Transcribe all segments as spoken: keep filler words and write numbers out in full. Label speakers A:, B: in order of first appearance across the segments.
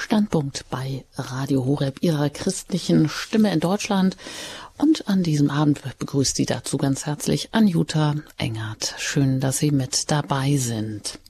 A: Standpunkt bei Radio Horeb, Ihrer christlichen Stimme in Deutschland. Und an diesem Abend begrüßt Sie dazu ganz herzlich Anjuta Engert. Schön, dass Sie mit dabei sind.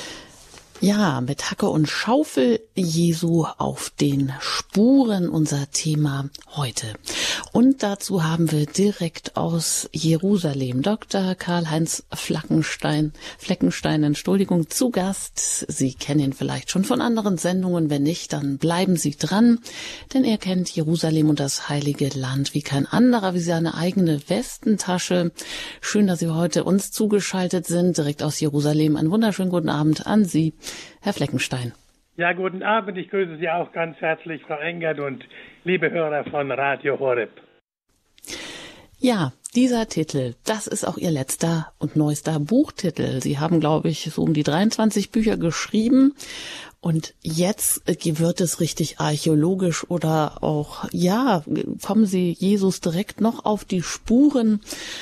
A: Ja, mit Hacke und Schaufel Jesu auf den Spuren, unser Thema heute. Und dazu haben wir direkt aus Jerusalem Doktor Karl-Heinz Fleckenstein, Fleckenstein, Entschuldigung, zu Gast. Sie kennen ihn vielleicht schon von anderen Sendungen. Wenn nicht, dann bleiben Sie dran, denn er kennt Jerusalem und das Heilige Land wie kein anderer, wie seine eigene Westentasche. Schön, dass Sie heute uns zugeschaltet sind, direkt aus Jerusalem. Einen wunderschönen guten Abend an Sie, Herr Fleckenstein.
B: Ja, guten Abend. Ich grüße Sie auch ganz herzlich, Frau Engert, und liebe Hörer von Radio Horeb.
A: Ja, dieser Titel, das ist auch Ihr letzter und neuester Buchtitel. Sie haben, glaube ich, so um die dreiundzwanzig Bücher geschrieben. Und jetzt wird es richtig archäologisch oder auch, ja, kommen Sie Jesus direkt noch auf die Spuren.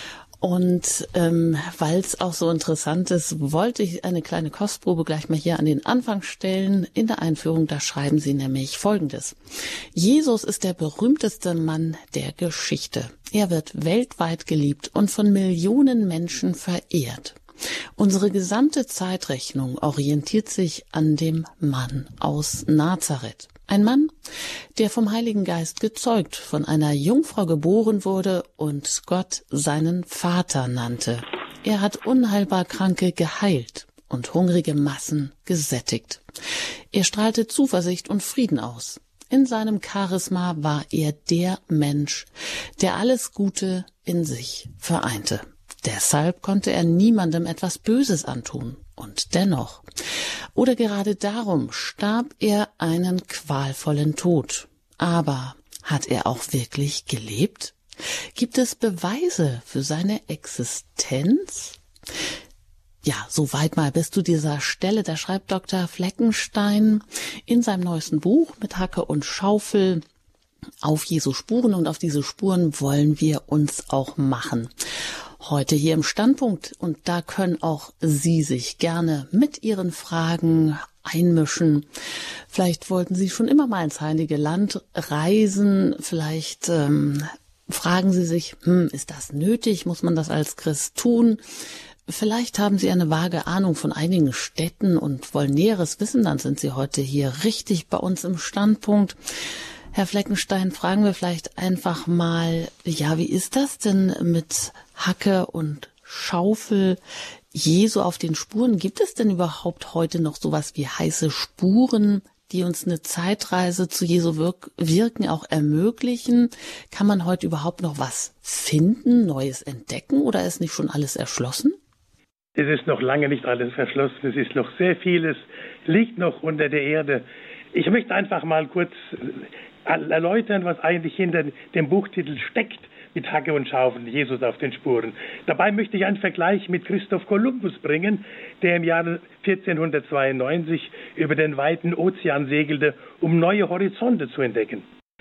A: Und ähm, weil es auch so interessant ist, wollte ich eine kleine Kostprobe gleich mal hier an den Anfang stellen. In der Einführung, da schreiben Sie nämlich Folgendes. Jesus ist der berühmteste Mann der Geschichte. Er wird weltweit geliebt und von Millionen Menschen verehrt. Unsere gesamte Zeitrechnung orientiert sich an dem Mann aus Nazareth. Ein Mann, der vom Heiligen Geist gezeugt, von einer Jungfrau geboren wurde und Gott seinen Vater nannte. Er hat unheilbar Kranke geheilt und hungrige Massen gesättigt. Er strahlte Zuversicht und Frieden aus. In seinem Charisma war er der Mensch, der alles Gute in sich vereinte. Deshalb konnte er niemandem etwas Böses antun. Und dennoch, oder gerade darum, starb er einen qualvollen Tod. Aber hat er auch wirklich gelebt? Gibt es Beweise für seine Existenz? Ja, soweit mal bis zu dieser Stelle. Da schreibt Doktor Fleckenstein in seinem neuesten Buch mit Hacke und Schaufel auf Jesu Spuren, und auf diese Spuren wollen wir uns auch machen. Heute hier im Standpunkt, und da können auch Sie sich gerne mit Ihren Fragen einmischen. Vielleicht wollten Sie schon immer mal ins Heilige Land reisen, vielleicht ähm, fragen Sie sich, hm, ist das nötig, muss man das als Christ tun? Vielleicht haben Sie eine vage Ahnung von einigen Städten und wollen Näheres wissen, dann sind Sie heute hier richtig bei uns im Standpunkt. Herr Fleckenstein, fragen wir vielleicht einfach mal, ja, wie ist das denn mit Hacke und Schaufel Jesu auf den Spuren? Gibt es denn überhaupt heute noch sowas wie heiße Spuren, die uns eine Zeitreise zu Jesu wirk- Wirken auch ermöglichen? Kann man heute überhaupt noch was finden, Neues entdecken, oder ist nicht schon alles erschlossen?
B: Es ist noch lange nicht alles verschlossen. Es ist noch sehr vieles, liegt noch unter der Erde. Ich möchte einfach mal kurz erläutern, was eigentlich hinter dem Buchtitel steckt mit Hacke und Schaufel, Jesus auf den Spuren. Dabei möchte ich einen Vergleich mit Christoph Kolumbus bringen, der im Jahre vierzehnhundertzweiundneunzig über den weiten Ozean segelte, um neue Horizonte zu entdecken.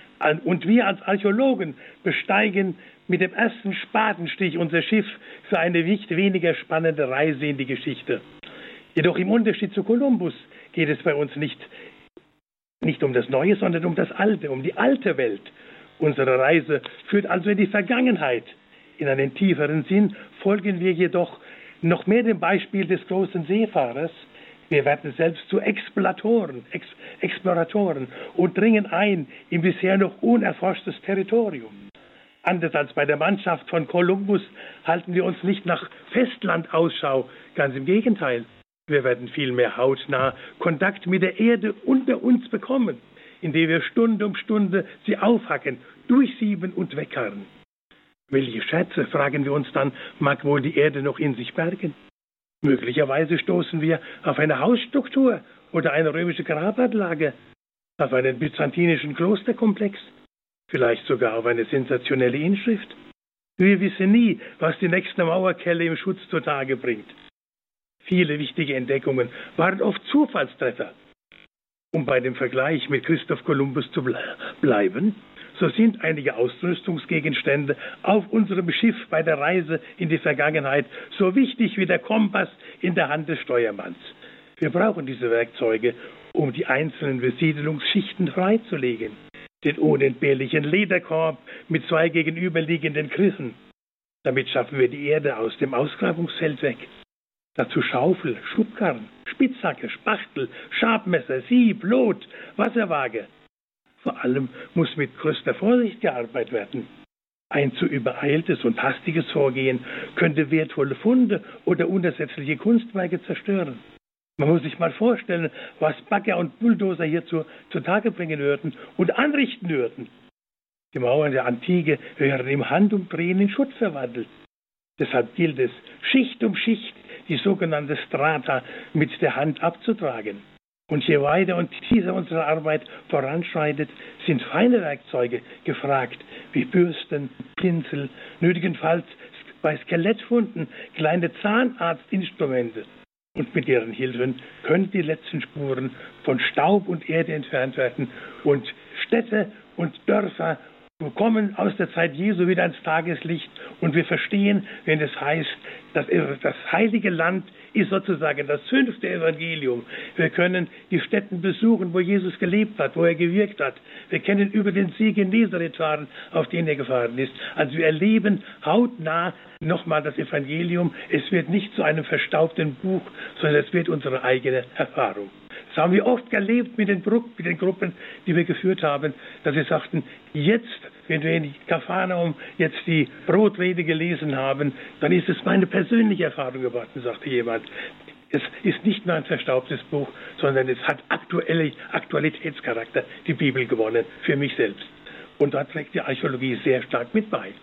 B: Und wir als Archäologen besteigen mit dem ersten Spatenstich unser Schiff für eine nicht weniger spannende Reise in die Geschichte. Jedoch im Unterschied zu Kolumbus geht es bei uns nicht Nicht um das Neue, sondern um das Alte, um die alte Welt. Unsere Reise führt also in die Vergangenheit. In einen tieferen Sinn folgen wir jedoch noch mehr dem Beispiel des großen Seefahrers. Wir werden selbst zu Exploratoren, Ex Exploratoren und dringen ein in bisher noch unerforschtes Territorium. Anders als bei der Mannschaft von Kolumbus halten wir uns nicht nach Festland Ausschau, ganz im Gegenteil. Wir werden vielmehr hautnah Kontakt mit der Erde unter uns bekommen, indem wir Stunde um Stunde sie aufhacken, durchsieben und wegkarren. Welche Schätze, fragen wir uns dann, mag wohl die Erde noch in sich bergen? Möglicherweise stoßen wir auf eine Hausstruktur oder eine römische Grabanlage, auf einen byzantinischen Klosterkomplex, vielleicht sogar auf eine sensationelle Inschrift. Wir wissen nie, was die nächste Mauerkelle im Schutz zutage bringt. Viele wichtige Entdeckungen waren oft Zufallstreffer. Um bei dem Vergleich mit Christoph Kolumbus zu ble bleiben, so sind einige Ausrüstungsgegenstände auf unserem Schiff bei der Reise in die Vergangenheit so wichtig wie der Kompass in der Hand des Steuermanns. Wir brauchen diese Werkzeuge, um die einzelnen Besiedelungsschichten freizulegen. Den unentbehrlichen Lederkorb mit zwei gegenüberliegenden Krissen. Damit schaffen wir die Erde aus dem Ausgrabungsfeld weg. Dazu Schaufel, Schubkarren, Spitzhacke, Spachtel, Schabmesser, Sieb, Lot, Wasserwaage. Vor allem muss mit größter Vorsicht gearbeitet werden. Ein zu übereiltes und hastiges Vorgehen könnte wertvolle Funde oder unersetzliche Kunstwerke zerstören. Man muss sich mal vorstellen, was Bagger und Bulldozer hier zu, zutage bringen würden und anrichten würden. Die Mauern der Antike wären im Handumdrehen in Schutt verwandelt. Deshalb gilt es, Schicht um Schicht die sogenannte Strata mit der Hand abzutragen. Und je weiter und tiefer unsere Arbeit voranschreitet, sind feine Werkzeuge gefragt, wie Bürsten, Pinsel, nötigenfalls bei Skelettfunden kleine Zahnarztinstrumente. Und mit deren Hilfen können die letzten Spuren von Staub und Erde entfernt werden und Städte und Dörfer kommen aus der Zeit Jesu wieder ans Tageslicht und wir verstehen, wenn es heißt, dass das heilige Land ist sozusagen das fünfte Evangelium. Wir können die Stätten besuchen, wo Jesus gelebt hat, wo er gewirkt hat. Wir können über den See Genezareth fahren, auf den er gefahren ist. Also wir erleben hautnah nochmal das Evangelium. Es wird nicht zu einem verstaubten Buch, sondern es wird unsere eigene Erfahrung. Das haben wir oft erlebt mit den, mit den Gruppen, die wir geführt haben, dass sie sagten, jetzt, wenn wir in Kapharnaum jetzt die Brotrede gelesen haben, dann ist es meine persönliche Erfahrung geworden, sagte jemand. Es ist nicht mehr ein verstaubtes Buch, sondern es hat aktuelle Aktualitätscharakter, die Bibel gewonnen, für mich selbst. Und da trägt die Archäologie sehr stark mit bei.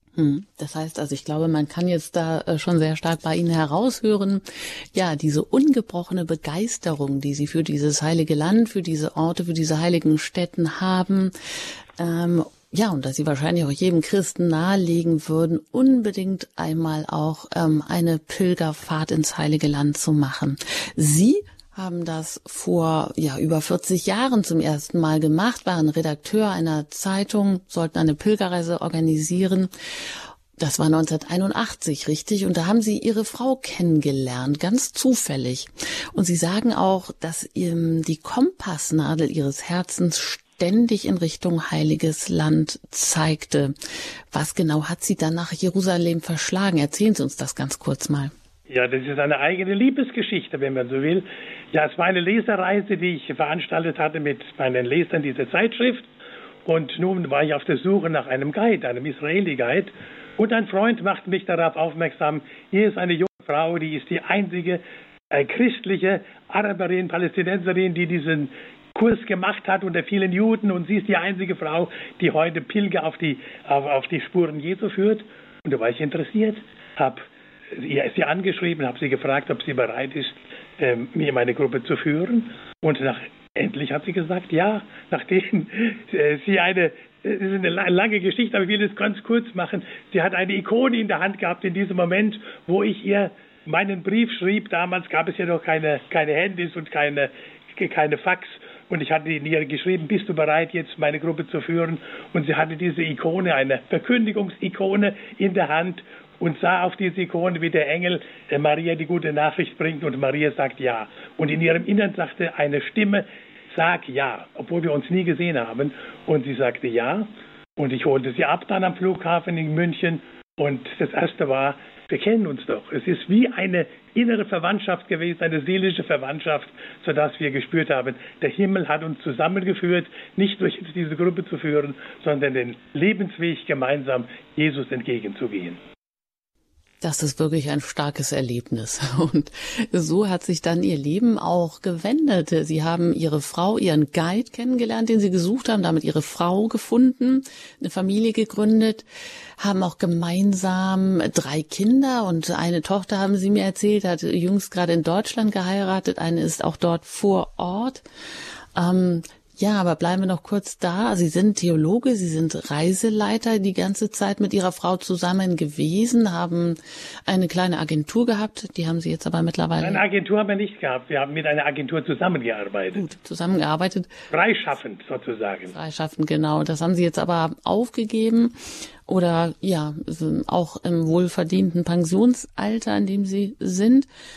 A: Das heißt also, ich glaube, man kann jetzt da schon sehr stark bei Ihnen heraushören, ja, diese ungebrochene Begeisterung, die Sie für dieses heilige Land, für diese Orte, für diese heiligen Stätten haben, ähm, ja, und dass Sie wahrscheinlich auch jedem Christen nahelegen würden, unbedingt einmal auch ähm, eine Pilgerfahrt ins heilige Land zu machen. Sie haben das vor ja über vierzig Jahren zum ersten Mal gemacht, waren Redakteur einer Zeitung, sollten eine Pilgerreise organisieren. Das war neunzehnhunderteinundachtzig, richtig? Und da haben Sie Ihre Frau kennengelernt, ganz zufällig. Und Sie sagen auch, dass ihm die Kompassnadel Ihres Herzens ständig in Richtung heiliges Land zeigte. Was genau hat Sie dann nach Jerusalem verschlagen? Erzählen Sie uns das ganz kurz mal.
B: Ja, das ist eine eigene Liebesgeschichte, wenn man so will. Ja, es war eine Leserreise, die ich veranstaltet hatte mit meinen Lesern dieser Zeitschrift. Und nun war ich auf der Suche nach einem Guide, einem Israeli-Guide. Und ein Freund machte mich darauf aufmerksam, hier ist eine junge Frau, die ist die einzige äh, christliche Araberin, Palästinenserin, die diesen Kurs gemacht hat unter vielen Juden. Und sie ist die einzige Frau, die heute Pilger auf die, auf, auf die Spuren Jesu führt. Und da war ich interessiert, habe sie angeschrieben, habe sie gefragt, ob sie bereit ist, ähm, mir in meine Gruppe zu führen. Und nach, endlich hat sie gesagt, ja, nachdem äh, sie eine, das ist eine lange Geschichte, aber ich will es ganz kurz machen. Sie hat eine Ikone in der Hand gehabt in diesem Moment, wo ich ihr meinen Brief schrieb. Damals gab es ja noch keine, keine Handys und keine, keine Fax. Und ich hatte in ihr geschrieben, bist du bereit, jetzt meine Gruppe zu führen? Und sie hatte diese Ikone, eine Verkündigungsikone in der Hand und sah auf diese Ikone, wie der Engel äh, Maria die gute Nachricht bringt. Und Maria sagt ja. Und in ihrem Innern sagte eine Stimme, sag ja, obwohl wir uns nie gesehen haben. Und sie sagte ja. Und ich holte sie ab dann am Flughafen in München. Und das Erste war, wir kennen uns doch. Es ist wie eine innere Verwandtschaft gewesen, eine seelische Verwandtschaft, sodass wir gespürt haben, der Himmel hat uns zusammengeführt, nicht durch diese Gruppe zu führen, sondern den Lebensweg gemeinsam Jesus entgegenzugehen.
A: Das ist wirklich ein starkes Erlebnis. Und so hat sich dann Ihr Leben auch gewendet. Sie haben Ihre Frau, Ihren Guide kennengelernt, den Sie gesucht haben, damit Ihre Frau gefunden, eine Familie gegründet, haben auch gemeinsam drei Kinder und eine Tochter, haben Sie mir erzählt, hat jüngst gerade in Deutschland geheiratet, eine ist auch dort vor Ort. Ähm, Ja, aber bleiben wir noch kurz da. Sie sind Theologe, Sie sind Reiseleiter die ganze Zeit mit Ihrer Frau zusammen gewesen, haben eine kleine Agentur gehabt, die haben Sie jetzt aber mittlerweile...
B: Eine Agentur haben wir nicht gehabt, wir haben mit einer Agentur zusammengearbeitet.
A: Gut, zusammengearbeitet.
B: Freischaffend sozusagen.
A: Freischaffend, genau. Das haben Sie jetzt aber aufgegeben oder ja, auch im wohlverdienten Pensionsalter, in dem Sie sind.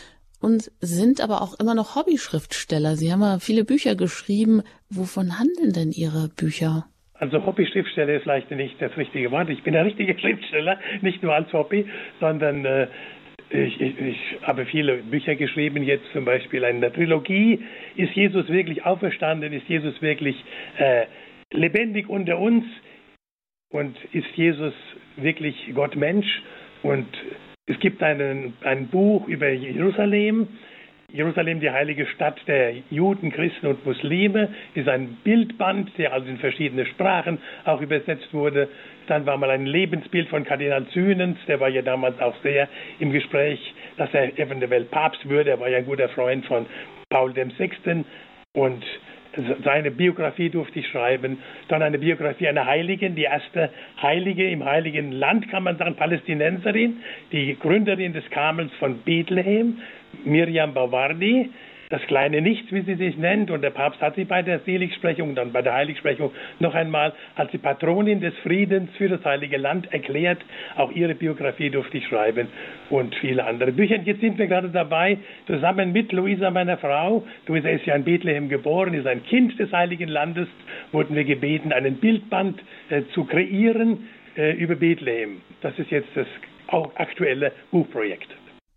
A: und sind aber auch immer noch Hobby-Schriftsteller. Sie haben ja viele Bücher geschrieben. Wovon handeln denn Ihre Bücher?
B: Also Hobby-Schriftsteller ist vielleicht nicht das richtige Wort. Ich bin ein richtiger Schriftsteller, nicht nur als Hobby, sondern äh, ich, ich, ich habe viele Bücher geschrieben, jetzt zum Beispiel eine Trilogie. Ist Jesus wirklich auferstanden? Ist Jesus wirklich äh, lebendig unter uns? Und ist Jesus wirklich Gott Mensch? Und es gibt einen, ein Buch über Jerusalem. Jerusalem, die heilige Stadt der Juden, Christen und Muslime, ist ein Bildband, der also in verschiedene Sprachen auch übersetzt wurde. Dann war mal ein Lebensbild von Kardinal Zünens, der war ja damals auch sehr im Gespräch, dass er eventuell Papst würde. Er war ja ein guter Freund von Paul der Sechste. Und seine Biografie durfte ich schreiben. Dann eine Biografie einer Heiligen, die erste Heilige im Heiligen Land, kann man sagen, Palästinenserin, die Gründerin des Karmels von Bethlehem, Miriam Bawardi, das kleine Nichts, wie sie sich nennt. Und der Papst hat sie bei der Seligsprechung, dann bei der Heiligsprechung noch einmal als die Patronin des Friedens für das Heilige Land erklärt. Auch ihre Biografie durfte ich schreiben und viele andere Bücher. Jetzt sind wir gerade dabei, zusammen mit Luisa, meiner Frau, Luisa ist ja in Bethlehem geboren, ist ein Kind des Heiligen Landes, wurden wir gebeten, einen Bildband äh, zu kreieren äh, über Bethlehem. Das ist jetzt das auch aktuelle Buchprojekt.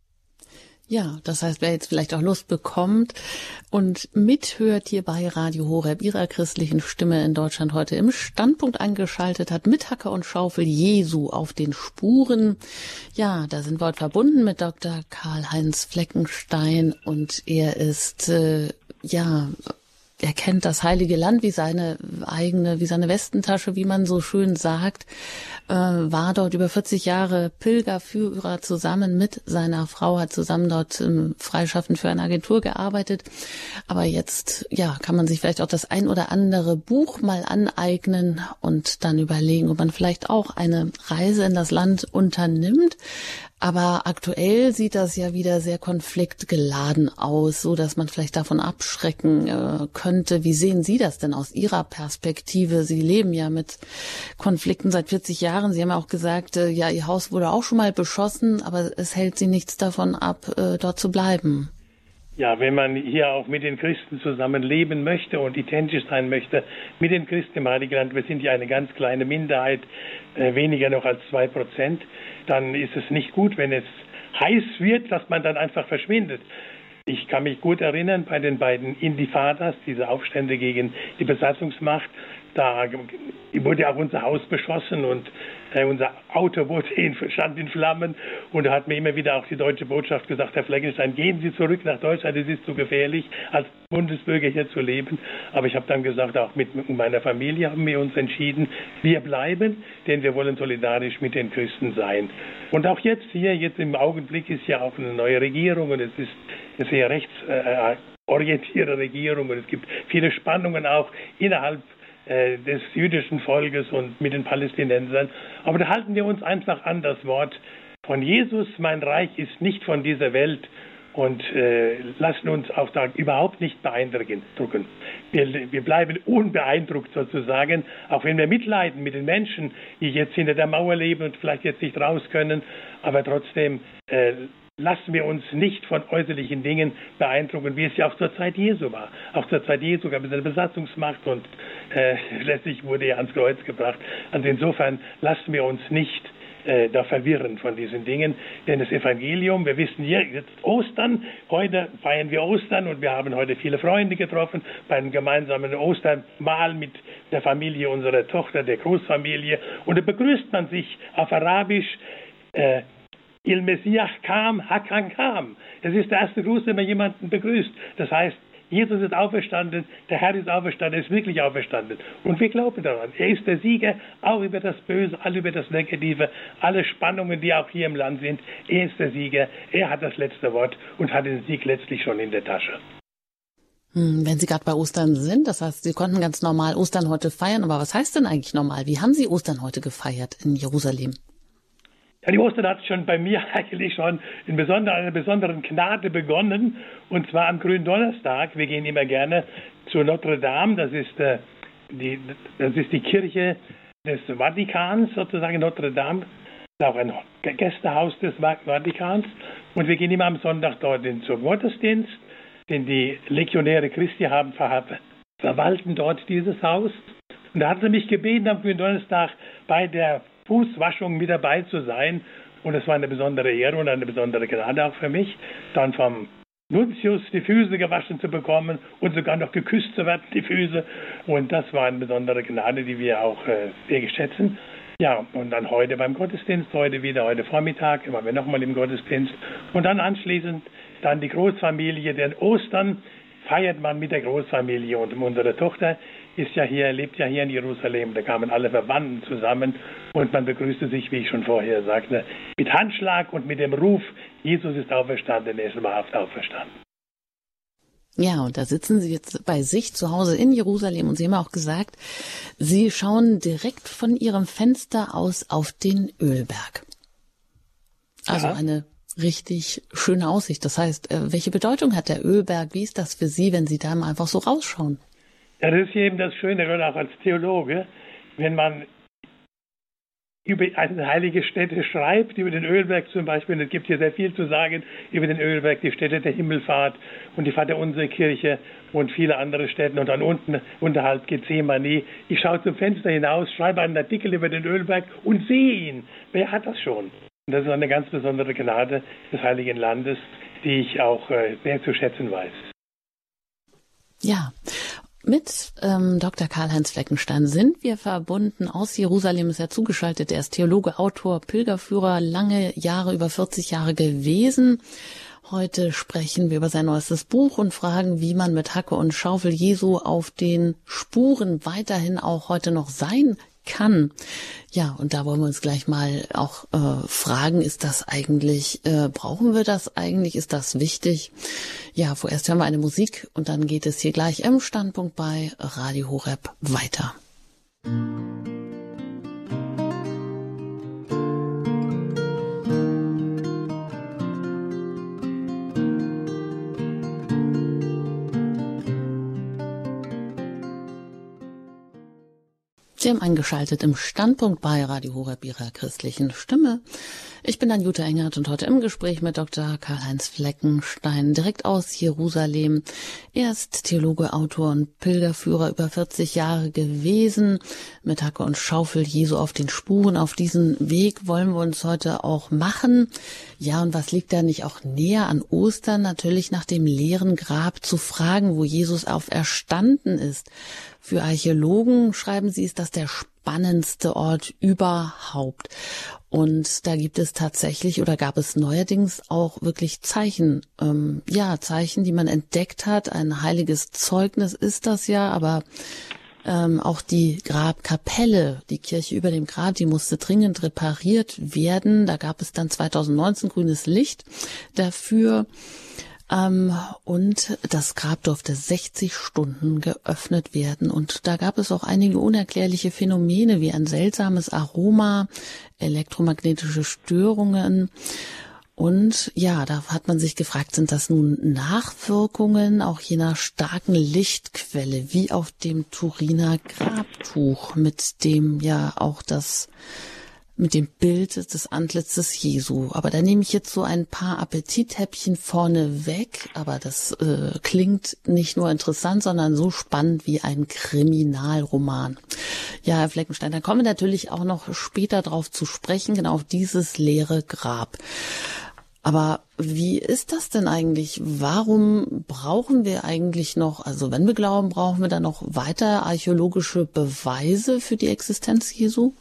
A: Ja, das heißt, wer jetzt vielleicht auch Lust bekommt und mithört hier bei Radio Horeb, Ihrer christlichen Stimme in Deutschland, heute im Standpunkt eingeschaltet hat, mit Hacke und Schaufel Jesu auf den Spuren. Ja, da sind wir heute verbunden mit Doktor Karl-Heinz Fleckenstein und er ist, äh, ja, er kennt das Heilige Land wie seine eigene, wie seine Westentasche, wie man so schön sagt, äh, war dort über vierzig Jahre Pilgerführer zusammen mit seiner Frau, hat zusammen dort ähm, freischaffend für eine Agentur gearbeitet. Aber jetzt, ja, kann man sich vielleicht auch das ein oder andere Buch mal aneignen und dann überlegen, ob man vielleicht auch eine Reise in das Land unternimmt. Aber aktuell sieht das ja wieder sehr konfliktgeladen aus, so dass man vielleicht davon abschrecken äh, könnte. Wie sehen Sie das denn aus Ihrer Perspektive? Sie leben ja mit Konflikten seit vierzig Jahren. Sie haben ja auch gesagt, äh, ja, Ihr Haus wurde auch schon mal beschossen, aber es hält Sie nichts davon ab, äh, dort zu bleiben.
B: Ja, wenn man hier auch mit den Christen zusammen leben möchte und identisch sein möchte mit den Christen im Heiligen Land, wir sind ja eine ganz kleine Minderheit, äh, weniger noch als zwei Prozent, dann ist es nicht gut, wenn es heiß wird, dass man dann einfach verschwindet. Ich kann mich gut erinnern bei den beiden Intifadas, diese Aufstände gegen die Besatzungsmacht, da wurde auch unser Haus beschossen und äh, unser Auto wurde in, stand in Flammen und da hat mir immer wieder auch die deutsche Botschaft gesagt, Herr Fleckenstein, gehen Sie zurück nach Deutschland, es ist zu gefährlich, als Bundesbürger hier zu leben. Aber ich habe dann gesagt, auch mit meiner Familie haben wir uns entschieden, wir bleiben, denn wir wollen solidarisch mit den Christen sein. Und auch jetzt hier, jetzt im Augenblick ist ja auch eine neue Regierung und es ist eine sehr rechtsorientierte Regierung und es gibt viele Spannungen auch innerhalb des jüdischen Volkes und mit den Palästinensern. Aber da halten wir uns einfach an das Wort von Jesus, mein Reich ist nicht von dieser Welt und äh, lassen uns auch da überhaupt nicht beeindrucken. Wir, wir bleiben unbeeindruckt sozusagen, auch wenn wir mitleiden mit den Menschen, die jetzt hinter der Mauer leben und vielleicht jetzt nicht raus können, aber trotzdem äh, lassen wir uns nicht von äußerlichen Dingen beeindrucken, wie es ja auch zur Zeit Jesu war. Auch zur Zeit Jesu gab es eine Besatzungsmacht und äh, letztlich wurde er ans Kreuz gebracht. Also insofern lassen wir uns nicht äh, da verwirren von diesen Dingen. Denn das Evangelium, wir wissen hier, jetzt Ostern, heute feiern wir Ostern und wir haben heute viele Freunde getroffen bei einem gemeinsamen Ostermahl mit der Familie unserer Tochter, der Großfamilie. Und da begrüßt man sich auf Arabisch, äh, Il Messias kam, Hakan kam. Das ist der erste Gruß, den man jemanden begrüßt. Das heißt, Jesus ist auferstanden, der Herr ist auferstanden, er ist wirklich auferstanden. Und wir glauben daran. Er ist der Sieger, auch über das Böse, all über das Negative, alle Spannungen, die auch hier im Land sind. Er ist der Sieger, er hat das letzte Wort und hat den Sieg letztlich schon in der Tasche.
A: Wenn Sie gerade bei Ostern sind, das heißt, Sie konnten ganz normal Ostern heute feiern, aber was heißt denn eigentlich normal? Wie haben Sie Ostern heute gefeiert in Jerusalem?
B: Ja, die Ostern hat schon bei mir eigentlich schon in besonder, einer besonderen Gnade begonnen, und zwar am Gründonnerstag. Wir gehen immer gerne zu Notre Dame, das ist, äh, die, das ist die Kirche des Vatikans, sozusagen Notre Dame, ist auch ein Gästehaus des Vatikans. Und wir gehen immer am Sonntag dorthin zum Gottesdienst, denn die Legionäre Christi haben ver verwalten dort dieses Haus. Und da hat sie mich gebeten, am frühen Donnerstag bei der Fußwaschung mit dabei zu sein. Und es war eine besondere Ehre und eine besondere Gnade auch für mich, dann vom Nuntius die Füße gewaschen zu bekommen und sogar noch geküsst zu werden, die Füße. Und das war eine besondere Gnade, die wir auch äh, sehr schätzen. Ja, und dann heute beim Gottesdienst, heute wieder, heute Vormittag, waren wir nochmal im Gottesdienst. Und dann anschließend dann die Großfamilie, denn Ostern feiert man mit der Großfamilie. Und unsere Tochter ist ja hier, lebt ja hier in Jerusalem. Da kamen alle Verwandten zusammen und man begrüßte sich, wie ich schon vorher sagte, mit Handschlag und mit dem Ruf, Jesus ist auferstanden, er ist wahrhaft auferstanden.
A: Ja, und da sitzen Sie jetzt bei sich zu Hause in Jerusalem und Sie haben auch gesagt, Sie schauen direkt von Ihrem Fenster aus auf den Ölberg. Also ja. Eine richtig schöne Aussicht. Das heißt, welche Bedeutung hat der Ölberg? Wie ist das für Sie, wenn Sie da mal einfach so rausschauen?
B: Ja, das ist eben das Schöne, auch als Theologe, wenn man über eine heilige Stätte schreibt, über den Ölberg zum Beispiel, und es gibt hier sehr viel zu sagen über den Ölberg, die Stätte der Himmelfahrt und die Vaterunser-Kirche und viele andere Städte und dann unten unterhalb Gethsemane. Ich schaue zum Fenster hinaus, schreibe einen Artikel über den Ölberg und sehe ihn. Wer hat das schon? Und das ist eine ganz besondere Gnade des Heiligen Landes, die ich auch äh, sehr zu schätzen weiß.
A: Ja. Mit ähm, Doktor Karl-Heinz Fleckenstein sind wir verbunden. Aus Jerusalem ist er zugeschaltet. Er ist Theologe, Autor, Pilgerführer, lange Jahre, über vierzig Jahre gewesen. Heute sprechen wir über sein neuestes Buch und fragen, wie man mit Hacke und Schaufel Jesu auf den Spuren weiterhin auch heute noch sein kann. Ja, und da wollen wir uns gleich mal auch äh, fragen, ist das eigentlich, äh, brauchen wir das eigentlich, ist das wichtig? Ja, vorerst hören wir eine Musik und dann geht es hier gleich im Standpunkt bei Radio Horeb weiter. Sie haben eingeschaltet im Standpunkt bei Radio Horeb, Ihrer christlichen Stimme. Ich bin Anjuta Engert und heute im Gespräch mit Doktor Karl-Heinz Fleckenstein, direkt aus Jerusalem. Er ist Theologe, Autor und Pilgerführer, über vierzig Jahre gewesen, mit Hacke und Schaufel Jesu auf den Spuren. Auf diesen Weg wollen wir uns heute auch machen. Ja, und was liegt da nicht auch näher an Ostern? Natürlich nach dem leeren Grab zu fragen, wo Jesus auferstanden ist. Für Archäologen, schreiben Sie, ist das der spannendste Ort überhaupt. Und da gibt es tatsächlich oder gab es neuerdings auch wirklich Zeichen, ähm, ja, Zeichen, die man entdeckt hat. Ein heiliges Zeugnis ist das ja, aber ähm, auch die Grabkapelle, die Kirche über dem Grab, die musste dringend repariert werden. Da gab es dann zweitausendneunzehn grünes Licht dafür. Ähm, und das Grab durfte sechzig Stunden geöffnet werden. Und da gab es auch einige unerklärliche Phänomene wie ein seltsames Aroma, elektromagnetische Störungen. Und ja, da hat man sich gefragt, sind das nun Nachwirkungen auch jener starken Lichtquelle, wie auf dem Turiner Grabtuch, mit dem ja auch das mit dem Bild des Antlitzes Jesu. Aber da nehme ich jetzt so ein paar Appetithäppchen vorne weg. Aber das äh, klingt nicht nur interessant, sondern so spannend wie ein Kriminalroman. Ja, Herr Fleckenstein, da kommen wir natürlich auch noch später drauf zu sprechen, genau auf dieses leere Grab. Aber wie ist das denn eigentlich? Warum brauchen wir eigentlich noch, also wenn wir glauben, brauchen wir dann noch weiter archäologische Beweise für die Existenz Jesu?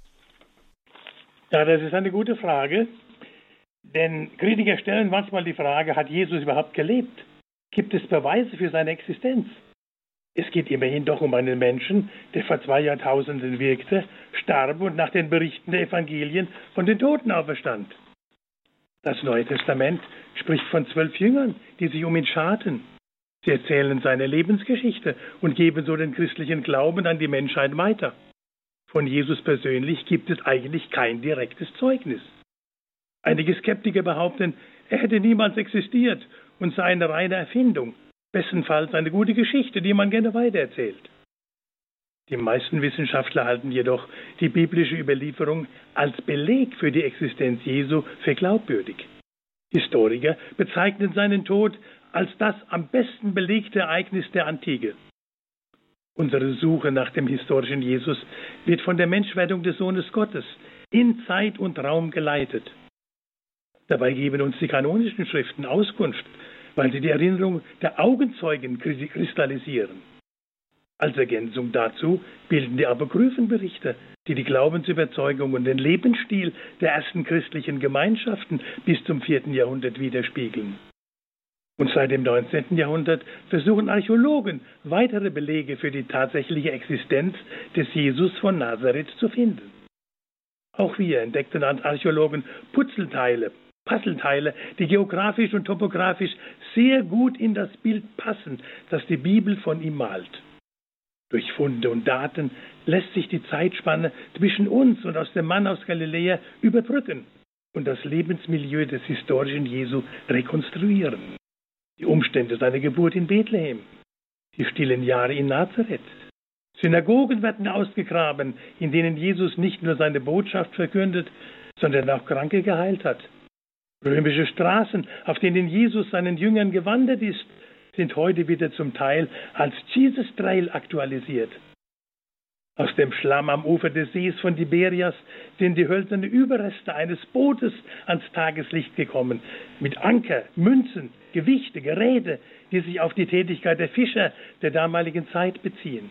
B: Ja, das ist eine gute Frage, denn Kritiker stellen manchmal die Frage, hat Jesus überhaupt gelebt? Gibt es Beweise für seine Existenz? Es geht immerhin doch um einen Menschen, der vor zwei Jahrtausenden wirkte, starb und nach den Berichten der Evangelien von den Toten auferstand. Das Neue Testament spricht von zwölf Jüngern, die sich um ihn scharten. Sie erzählen seine Lebensgeschichte und geben so den christlichen Glauben an die Menschheit weiter. Von Jesus persönlich gibt es eigentlich kein direktes Zeugnis. Einige Skeptiker behaupten, er hätte niemals existiert und sei eine reine Erfindung, bestenfalls eine gute Geschichte, die man gerne weitererzählt. Die meisten Wissenschaftler halten jedoch die biblische Überlieferung als Beleg für die Existenz Jesu für glaubwürdig. Historiker bezeichnen seinen Tod als das am besten belegte Ereignis der Antike. Unsere Suche nach dem historischen Jesus wird von der Menschwerdung des Sohnes Gottes in Zeit und Raum geleitet. Dabei geben uns die kanonischen Schriften Auskunft, weil sie die Erinnerung der Augenzeugen kristallisieren. Als Ergänzung dazu bilden die Apokryphenberichte, die die Glaubensüberzeugung und den Lebensstil der ersten christlichen Gemeinschaften bis zum vierten Jahrhundert widerspiegeln. Und seit dem neunzehnten Jahrhundert versuchen Archäologen, weitere Belege für die tatsächliche Existenz des Jesus von Nazareth zu finden. Auch wir entdeckten an Archäologen Puzzleteile, Puzzleteile, die geografisch und topografisch sehr gut in das Bild passen, das die Bibel von ihm malt. Durch Funde und Daten lässt sich die Zeitspanne zwischen uns und aus dem Mann aus Galiläa überbrücken und das Lebensmilieu des historischen Jesu rekonstruieren. Die Umstände seiner Geburt in Bethlehem, die stillen Jahre in Nazareth. Synagogen werden ausgegraben, in denen Jesus nicht nur seine Botschaft verkündet, sondern auch Kranke geheilt hat. Römische Straßen, auf denen Jesus seinen Jüngern gewandert ist, sind heute wieder zum Teil als Jesus Trail aktualisiert. Aus dem Schlamm am Ufer des Sees von Tiberias sind die hölzernen Überreste eines Bootes ans Tageslicht gekommen, mit Anker, Münzen, Gewichte, Geräte, die sich auf die Tätigkeit der Fischer der damaligen Zeit beziehen.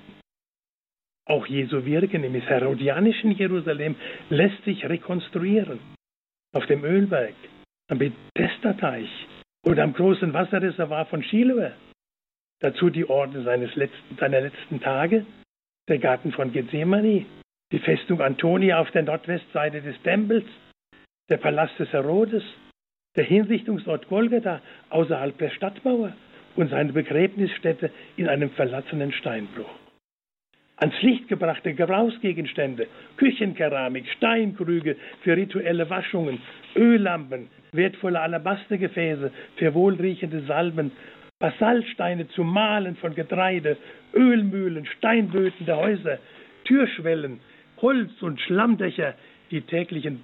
B: Auch Jesu Wirken im herodianischen Jerusalem lässt sich rekonstruieren. Auf dem Ölberg, am Bethesda-Teich oder am großen Wasserreservoir von Siloe. Dazu die Orte seines letzten, seiner letzten Tage, der Garten von Gethsemane, die Festung Antonia auf der Nordwestseite des Tempels, der Palast des Herodes, der Hinrichtungsort Golgatha außerhalb der Stadtmauer und seine Begräbnisstätte in einem verlassenen Steinbruch. Ans Licht gebrachte Gebrauchsgegenstände, Küchenkeramik, Steinkrüge für rituelle Waschungen, Öllampen, wertvolle Alabastergefäße für wohlriechende Salben, Basaltsteine zum Mahlen von Getreide, Ölmühlen, Steinböden der Häuser, Türschwellen, Holz- und Schlammdächer, die täglichen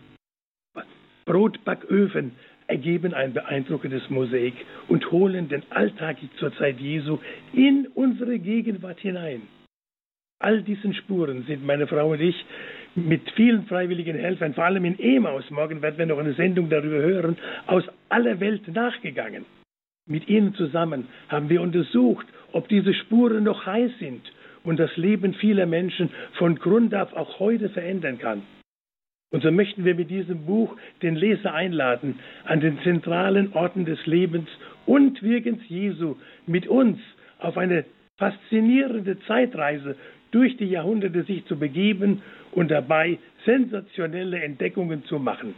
B: Brotbacköfen ergeben ein beeindruckendes Mosaik und holen den Alltag zur Zeit Jesu in unsere Gegenwart hinein. All diesen Spuren sind meine Frau und ich mit vielen freiwilligen Helfern, vor allem in Emaus, morgen werden wir noch eine Sendung darüber hören, aus aller Welt nachgegangen. Mit ihnen zusammen haben wir untersucht, ob diese Spuren noch heiß sind und das Leben vieler Menschen von Grund auf auch heute verändern kann. Und so möchten wir mit diesem Buch den Leser einladen, an den zentralen Orten des Lebens und Wirkens Jesu mit uns auf eine faszinierende Zeitreise durch die Jahrhunderte sich zu begeben und dabei sensationelle Entdeckungen zu machen.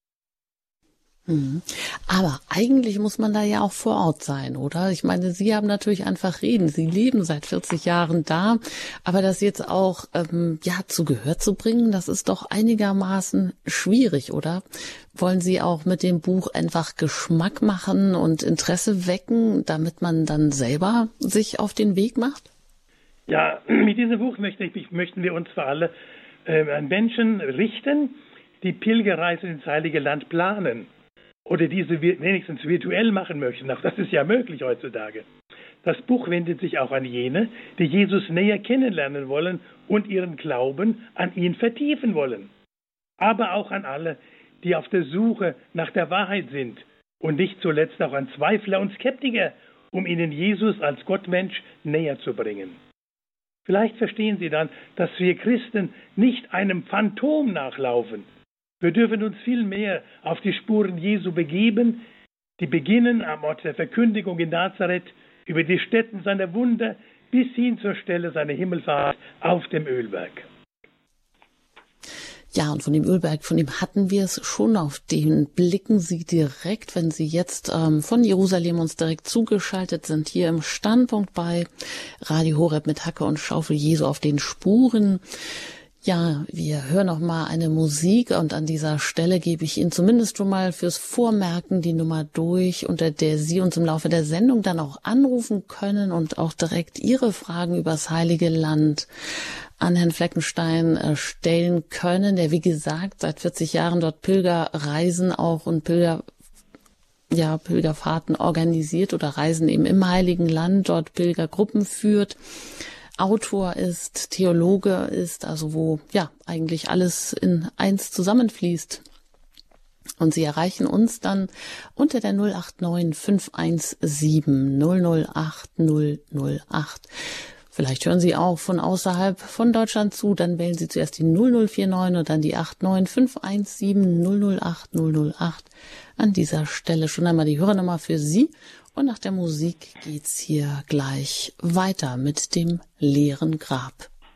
A: Aber eigentlich muss man da ja auch vor Ort sein, oder? Ich meine, Sie haben natürlich einfach reden. Sie leben seit vierzig Jahren da, aber das jetzt auch ähm, ja zu Gehör zu bringen, das ist doch einigermaßen schwierig, oder? Wollen Sie auch mit dem Buch einfach Geschmack machen und Interesse wecken, damit man dann selber sich auf den Weg macht?
B: Ja, mit diesem Buch möchte ich, möchten wir uns für alle äh, an Menschen richten, die Pilgerreise ins Heilige Land planen oder diese wenigstens virtuell machen möchten. Auch das ist ja möglich heutzutage. Das Buch wendet sich auch an jene, die Jesus näher kennenlernen wollen und ihren Glauben an ihn vertiefen wollen. Aber auch an alle, die auf der Suche nach der Wahrheit sind und nicht zuletzt auch an Zweifler und Skeptiker, um ihnen Jesus als Gottmensch näher zu bringen. Vielleicht verstehen Sie dann, dass wir Christen nicht einem Phantom nachlaufen. Wir dürfen uns vielmehr auf die Spuren Jesu begeben, die beginnen am Ort der Verkündigung in Nazareth, über die Stätten seiner Wunder bis hin zur Stelle seiner Himmelfahrt auf dem Ölberg.
A: Ja, und von dem Ölberg, von dem hatten wir es schon, auf den blicken Sie direkt, wenn Sie jetzt ähm, von Jerusalem uns direkt zugeschaltet sind, hier im Standpunkt bei Radio Horeb mit Hacke und Schaufel Jesu auf den Spuren. Ja, wir hören noch mal eine Musik und an dieser Stelle gebe ich Ihnen zumindest schon mal fürs Vormerken die Nummer durch, unter der Sie uns im Laufe der Sendung dann auch anrufen können und auch direkt Ihre Fragen übers Heilige Land an Herrn Fleckenstein äh, stellen können, der wie gesagt seit vierzig Jahren dort Pilgerreisen auch und Pilger ja, Pilgerfahrten organisiert oder Reisen eben im Heiligen Land, dort Pilgergruppen führt, Autor ist, Theologe ist, also wo ja eigentlich alles in eins zusammenfließt. Und Sie erreichen uns dann unter der null acht neun fünf eins sieben null null acht null null acht. Vielleicht hören Sie auch von außerhalb von Deutschland zu, dann wählen Sie zuerst die null null vier neun und dann die acht neun fünf eins sieben null null acht null null acht. An dieser Stelle schon einmal die Hörernummer für Sie und nach der Musik geht's hier gleich weiter mit dem leeren Grab.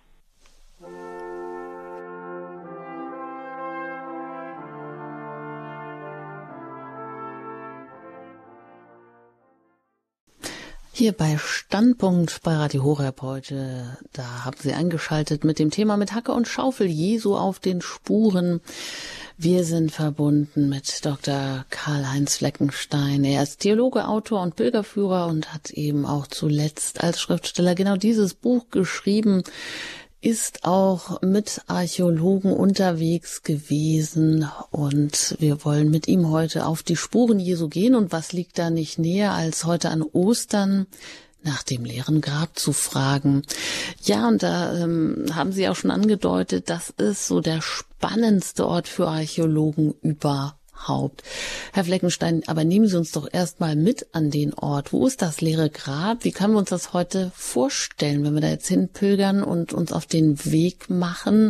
A: Hier bei Standpunkt bei Radio Horeb heute, da haben Sie eingeschaltet mit dem Thema mit Hacke und Schaufel Jesu auf den Spuren. Wir sind verbunden mit Doktor Karl-Heinz Fleckenstein. Er ist Theologe, Autor und Pilgerführer und hat eben auch zuletzt als Schriftsteller genau dieses Buch geschrieben, ist auch mit Archäologen unterwegs gewesen und wir wollen mit ihm heute auf die Spuren Jesu gehen. Und was liegt da nicht näher, als heute an Ostern nach dem leeren Grab zu fragen. Ja, und da ähm, haben Sie auch schon angedeutet, das ist so der spannendste Ort für Archäologen überhaupt. Herr Fleckenstein, aber nehmen Sie uns doch erstmal mit an den Ort. Wo ist das leere Grab? Wie können wir uns das heute vorstellen, wenn wir da jetzt hinpilgern und uns auf den Weg machen?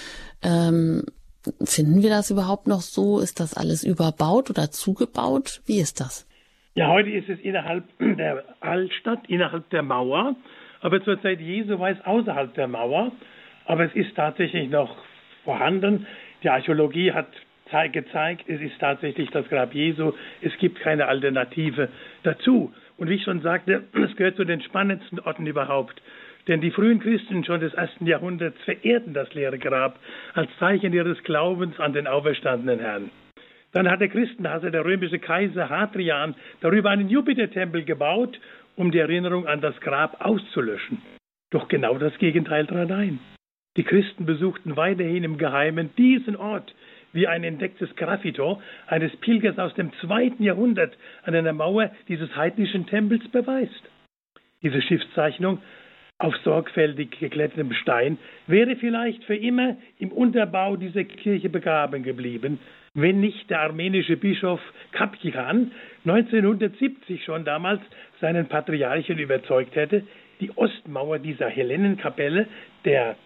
A: Ähm, finden wir das überhaupt noch so? Ist das alles überbaut oder zugebaut? Wie ist das?
B: Ja, heute ist es innerhalb der Altstadt, innerhalb der Mauer, aber zur Zeit Jesu war es außerhalb der Mauer, aber es ist tatsächlich noch vorhanden. Die Archäologie hat gezeigt, es ist tatsächlich das Grab Jesu, es gibt keine Alternative dazu. Und wie ich schon sagte, es gehört zu den spannendsten Orten überhaupt. Denn die frühen Christen schon des ersten Jahrhunderts verehrten das leere Grab als Zeichen ihres Glaubens an den auferstandenen Herrn. Dann hat der Christenhasser, der römische Kaiser Hadrian, darüber einen Jupitertempel gebaut, um die Erinnerung an das Grab auszulöschen. Doch genau das Gegenteil trat ein. Die Christen besuchten weiterhin im Geheimen diesen Ort, wie ein entdecktes Graffito eines Pilgers aus dem zweiten Jahrhundert an einer Mauer dieses heidnischen Tempels beweist. Diese Schiffszeichnung auf sorgfältig geglättetem Stein wäre vielleicht für immer im Unterbau dieser Kirche begraben geblieben, wenn nicht der armenische Bischof Kapchikan neunzehnhundertsiebzig schon damals seinen Patriarchen überzeugt hätte, die Ostmauer dieser Hellenenkapelle der,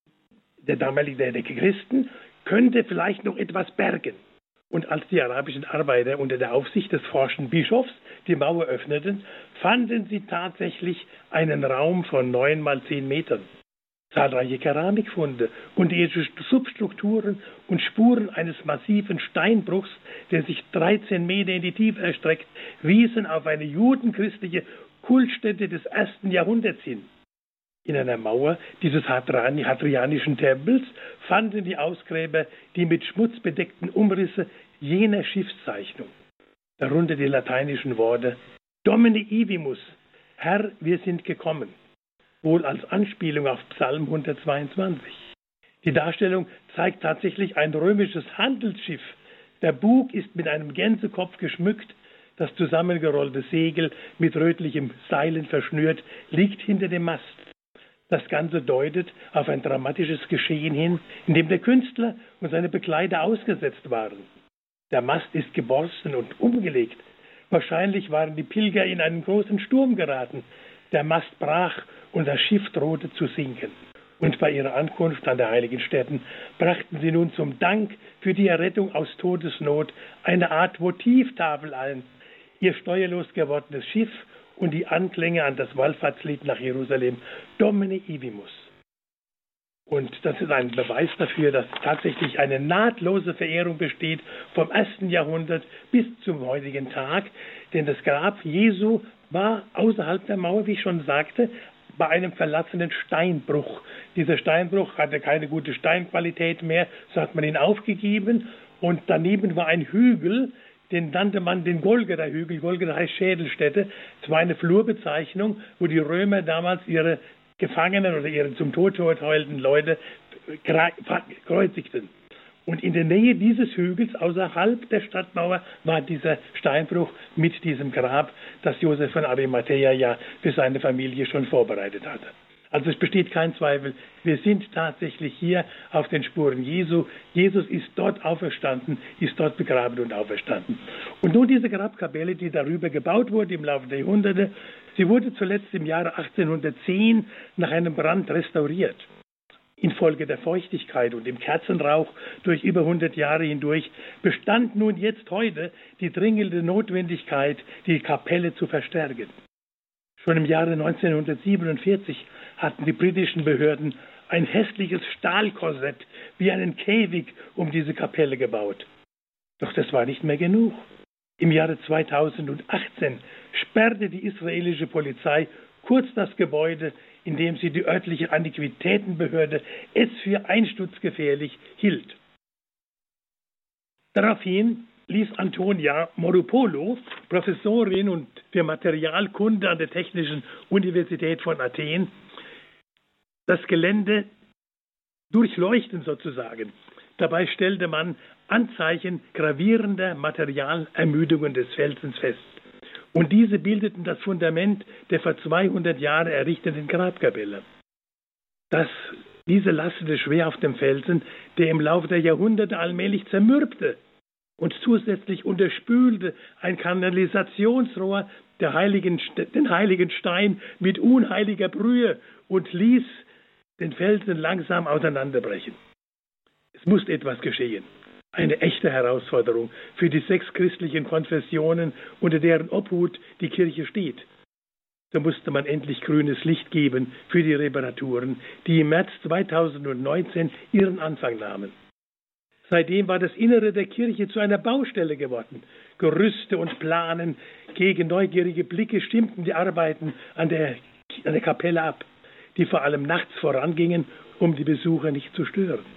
B: der damaligen der, der Christen könnte vielleicht noch etwas bergen. Und als die arabischen Arbeiter unter der Aufsicht des forschenden Bischofs die Mauer öffneten, fanden sie tatsächlich einen Raum von neun mal zehn Metern. Zahlreiche Keramikfunde und irdische Substrukturen und Spuren eines massiven Steinbruchs, der sich dreizehn Meter in die Tiefe erstreckt, wiesen auf eine judenchristliche Kultstätte des ersten Jahrhunderts hin. In einer Mauer dieses hadrianischen Tempels fanden die Ausgräber die mit Schmutz bedeckten Umrisse jener Schiffszeichnung. Darunter die lateinischen Worte Domine Ivimus, Herr, wir sind gekommen, wohl als Anspielung auf Psalm hundertzweiundzwanzig. Die Darstellung zeigt tatsächlich ein römisches Handelsschiff. Der Bug ist mit einem Gänsekopf geschmückt, das zusammengerollte Segel mit rötlichem Seilen verschnürt liegt hinter dem Mast. Das Ganze deutet auf ein dramatisches Geschehen hin, in dem der Künstler und seine Begleiter ausgesetzt waren. Der Mast ist geborsten und umgelegt. Wahrscheinlich waren die Pilger in einen großen Sturm geraten. Der Mast brach und das Schiff drohte zu sinken. Und bei ihrer Ankunft an der heiligen Stätten brachten sie nun zum Dank für die Errettung aus Todesnot eine Art Votivtafel ein. Ihr steuerlos gewordenes Schiff und die Anklänge an das Wallfahrtslied nach Jerusalem, Domine Ivimus. Und das ist ein Beweis dafür, dass tatsächlich eine nahtlose Verehrung besteht vom ersten Jahrhundert bis zum heutigen Tag. Denn das Grab Jesu war außerhalb der Mauer, wie ich schon sagte, bei einem verlassenen Steinbruch. Dieser Steinbruch hatte keine gute Steinqualität mehr, so hat man ihn aufgegeben. Und daneben war ein Hügel, den nannte man den Golgatha-Hügel. Golgatha heißt Schädelstätte. Es war eine Flurbezeichnung, wo die Römer damals ihre Gefangenen oder ihre zum Tod verurteilten Leute kreuzigten. Und in der Nähe dieses Hügels, außerhalb der Stadtmauer, war dieser Steinbruch mit diesem Grab, das Josef von Arimathäa ja für seine Familie schon vorbereitet hatte. Also es besteht kein Zweifel, wir sind tatsächlich hier auf den Spuren Jesu. Jesus ist dort auferstanden, ist dort begraben und auferstanden. Und nun diese Grabkapelle, die darüber gebaut wurde im Laufe der Jahrhunderte, sie wurde zuletzt im Jahre achtzehnhundertzehn nach einem Brand restauriert. Infolge der Feuchtigkeit und dem Kerzenrauch durch über hundert Jahre hindurch bestand nun jetzt heute die dringende Notwendigkeit, die Kapelle zu verstärken. Schon im Jahre neunzehnhundertsiebenundvierzig hatten die britischen Behörden ein hässliches Stahlkorsett wie einen Käfig um diese Kapelle gebaut. Doch das war nicht mehr genug. Im Jahre zweitausendachtzehn sperrte die israelische Polizei kurz das Gebäude, in dem sie die örtliche Antiquitätenbehörde es für einsturzgefährlich hielt. Daraufhin ließ Antonia Moropoulou, Professorin und für Materialkunde an der Technischen Universität von Athen, das Gelände durchleuchten sozusagen. Dabei stellte man Anzeichen gravierender Materialermüdungen des Felsens fest. Und diese bildeten das Fundament der vor zweihundert Jahren errichteten Grabkapelle. Das, diese lastete schwer auf dem Felsen, der im Laufe der Jahrhunderte allmählich zermürbte und zusätzlich unterspülte ein Kanalisationsrohr der heiligen, den heiligen Stein mit unheiliger Brühe und ließ den Felsen langsam auseinanderbrechen. Es musste etwas geschehen. Eine echte Herausforderung für die sechs christlichen Konfessionen, unter deren Obhut die Kirche steht. So musste man endlich grünes Licht geben für die Reparaturen, die im März zweitausendneunzehn ihren Anfang nahmen. Seitdem war das Innere der Kirche zu einer Baustelle geworden. Gerüste und Planen gegen neugierige Blicke stimmten die Arbeiten an der, an der Kapelle ab, die vor allem nachts vorangingen, um die Besucher nicht zu stören.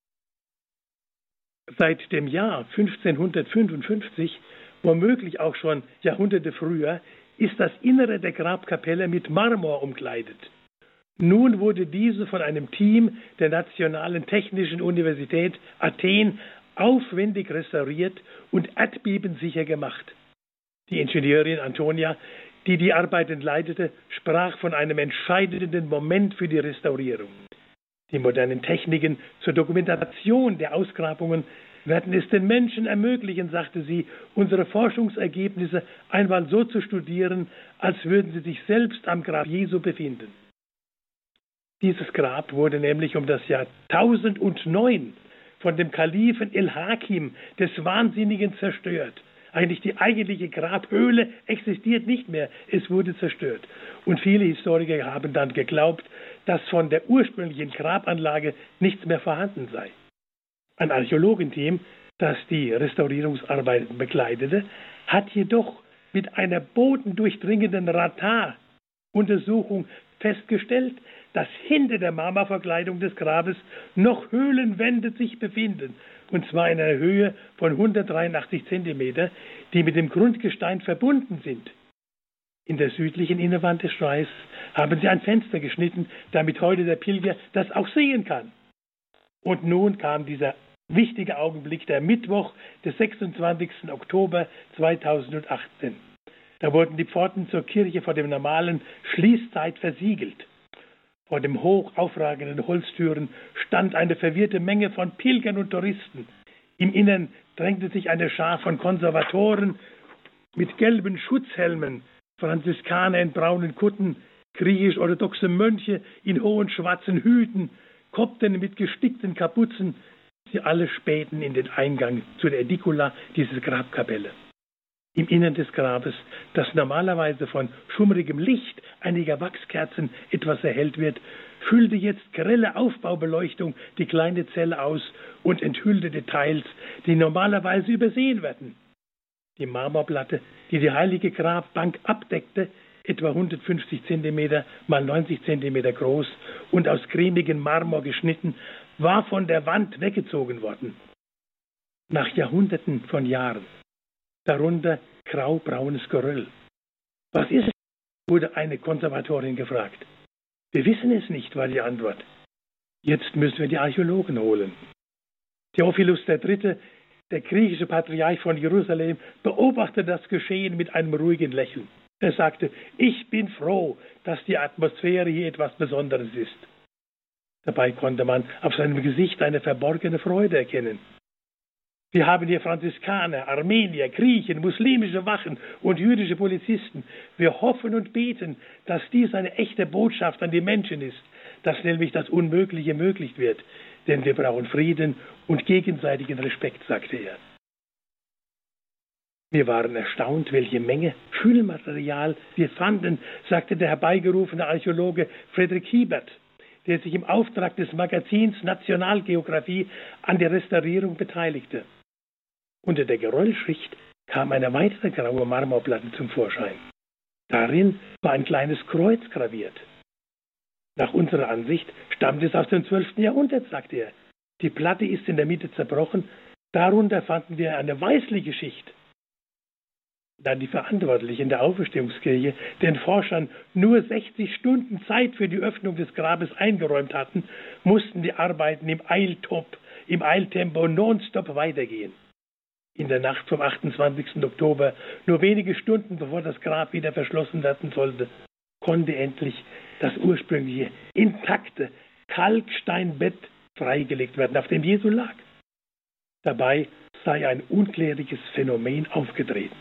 B: Seit dem Jahr fünfzehnhundertfünfundfünfzig, womöglich auch schon Jahrhunderte früher, ist das Innere der Grabkapelle mit Marmor umkleidet. Nun wurde diese von einem Team der Nationalen Technischen Universität Athen aufwendig restauriert und erdbebensicher gemacht. Die Ingenieurin Antonia, die die Arbeiten leitete, sprach von einem entscheidenden Moment für die Restaurierung. Die modernen Techniken zur Dokumentation der Ausgrabungen werden es den Menschen ermöglichen, sagte sie, unsere Forschungsergebnisse einmal so zu studieren, als würden sie sich selbst am Grab Jesu befinden. Dieses Grab wurde nämlich um das Jahr tausendneun von dem Kalifen El-Hakim des Wahnsinnigen zerstört. Eigentlich die eigentliche Grabhöhle existiert nicht mehr, es wurde zerstört. Und viele Historiker haben dann geglaubt, dass von der ursprünglichen Grabanlage nichts mehr vorhanden sei. Ein Archäologenteam, das die Restaurierungsarbeiten begleitete, hat jedoch mit einer bodendurchdringenden Radaruntersuchung festgestellt, dass hinter der Marmorverkleidung des Grabes noch Höhlenwände sich befinden, und zwar in einer Höhe von hundertdreiundachtzig Zentimeter, die mit dem Grundgestein verbunden sind. In der südlichen Innenwand des Schreins haben sie ein Fenster geschnitten, damit heute der Pilger das auch sehen kann. Und nun kam dieser wichtige Augenblick, der Mittwoch des sechsundzwanzigsten Oktober zweitausendachtzehn. Da wurden die Pforten zur Kirche vor dem normalen Schließzeit versiegelt. Vor den hoch aufragenden Holztüren stand eine verwirrte Menge von Pilgern und Touristen. Im Innern drängte sich eine Schar von Konservatoren mit gelben Schutzhelmen, Franziskaner in braunen Kutten, griechisch-orthodoxe Mönche in hohen schwarzen Hüten, Kopten mit gestickten Kapuzen. Sie alle spähten in den Eingang zu der Ädikula, dieser Grabkapelle. Im Innern des Grabes, das normalerweise von schummrigem Licht einiger Wachskerzen etwas erhellt wird, füllte jetzt grelle Aufbaubeleuchtung die kleine Zelle aus und enthüllte Details, die normalerweise übersehen werden. Die Marmorplatte, die die heilige Grabbank abdeckte, etwa hundertfünfzig Zentimeter mal neunzig Zentimeter groß und aus cremigem Marmor geschnitten, war von der Wand weggezogen worden. Nach Jahrhunderten von Jahren. Darunter graubraunes Geröll. Was ist es? Wurde eine Konservatorin gefragt. Wir wissen es nicht, war die Antwort. Jetzt müssen wir die Archäologen holen. Theophilus der Dritte, der griechische Patriarch von Jerusalem, beobachtete das Geschehen mit einem ruhigen Lächeln. Er sagte, ich bin froh, dass die Atmosphäre hier etwas Besonderes ist. Dabei konnte man auf seinem Gesicht eine verborgene Freude erkennen. Wir haben hier Franziskaner, Armenier, Griechen, muslimische Wachen und jüdische Polizisten. Wir hoffen und beten, dass dies eine echte Botschaft an die Menschen ist, dass nämlich das Unmögliche möglich wird. Denn wir brauchen Frieden und gegenseitigen Respekt, sagte er. Wir waren erstaunt, welche Menge Füllmaterial wir fanden, sagte der herbeigerufene Archäologe Friedrich Hiebert, der sich im Auftrag des Magazins Nationalgeographie an der Restaurierung beteiligte. Unter der Geröllschicht kam eine weitere graue Marmorplatte zum Vorschein. Darin war ein kleines Kreuz graviert. Nach unserer Ansicht stammt es aus dem zwölften Jahrhundert, sagte er. Die Platte ist in der Mitte zerbrochen, darunter fanden wir eine weißliche Schicht. Da die Verantwortlichen der Auferstehungskirche den Forschern nur sechzig Stunden Zeit für die Öffnung des Grabes eingeräumt hatten, mussten die Arbeiten im Eiltop, im Eiltempo nonstop weitergehen. In der Nacht vom achtundzwanzigsten Oktober, nur wenige Stunden bevor das Grab wieder verschlossen werden sollte, konnte endlich das ursprüngliche, intakte Kalksteinbett freigelegt werden, auf dem Jesu lag. Dabei sei ein unklärliches Phänomen aufgetreten.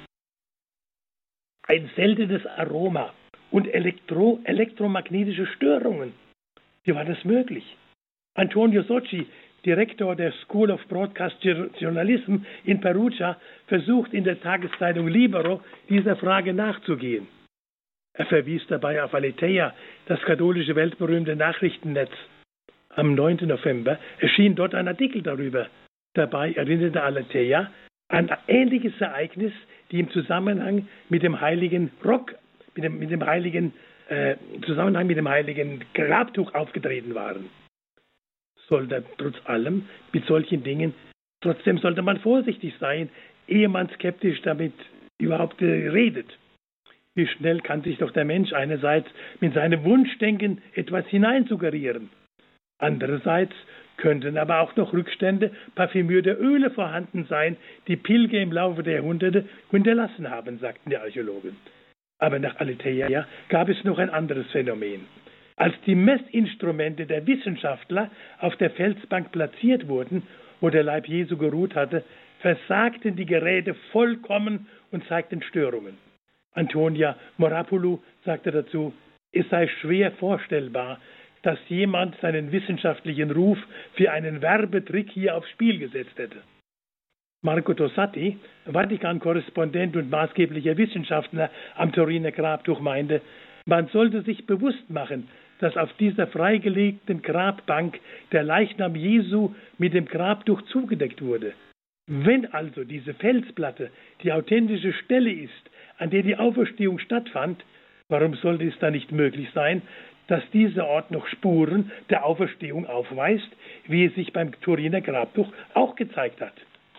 B: Ein seltenes Aroma und Elektro, elektromagnetische Störungen. Wie war das möglich? Antonio Socci, Direktor der School of Broadcast Journalism in Perugia, versucht in der Tageszeitung Libero dieser Frage nachzugehen. Er verwies dabei auf Aletheia, das katholische weltberühmte Nachrichtennetz. Am neunten November erschien dort ein Artikel darüber. Dabei erinnerte Aletheia an ein ähnliches Ereignis, die im Zusammenhang mit dem heiligen Rock, mit dem, mit dem heiligen, äh, Zusammenhang mit dem heiligen Grabtuch aufgetreten waren. Sollte trotz allem mit solchen Dingen, trotzdem sollte man vorsichtig sein, ehe man skeptisch damit überhaupt äh, redet. Wie schnell kann sich doch der Mensch einerseits mit seinem Wunschdenken etwas hineinsuggerieren. Andererseits könnten aber auch noch Rückstände parfümierter Öle vorhanden sein, die Pilger im Laufe der Jahrhunderte hinterlassen haben, sagten die Archäologen. Aber nach Aletheia gab es noch ein anderes Phänomen. Als die Messinstrumente der Wissenschaftler auf der Felsbank platziert wurden, wo der Leib Jesu geruht hatte, versagten die Geräte vollkommen und zeigten Störungen. Antonia Morapoulou sagte dazu, es sei schwer vorstellbar, dass jemand seinen wissenschaftlichen Ruf für einen Werbetrick hier aufs Spiel gesetzt hätte. Marco Tossati, Vatikan-Korrespondent und maßgeblicher Wissenschaftler am Turiner Grabtuch, meinte, man sollte sich bewusst machen, dass auf dieser freigelegten Grabbank der Leichnam Jesu mit dem Grabtuch zugedeckt wurde. Wenn also diese Felsplatte die authentische Stelle ist, an der die Auferstehung stattfand, warum sollte es dann nicht möglich sein, dass dieser Ort noch Spuren der Auferstehung aufweist, wie es sich beim Turiner Grabtuch auch gezeigt hat?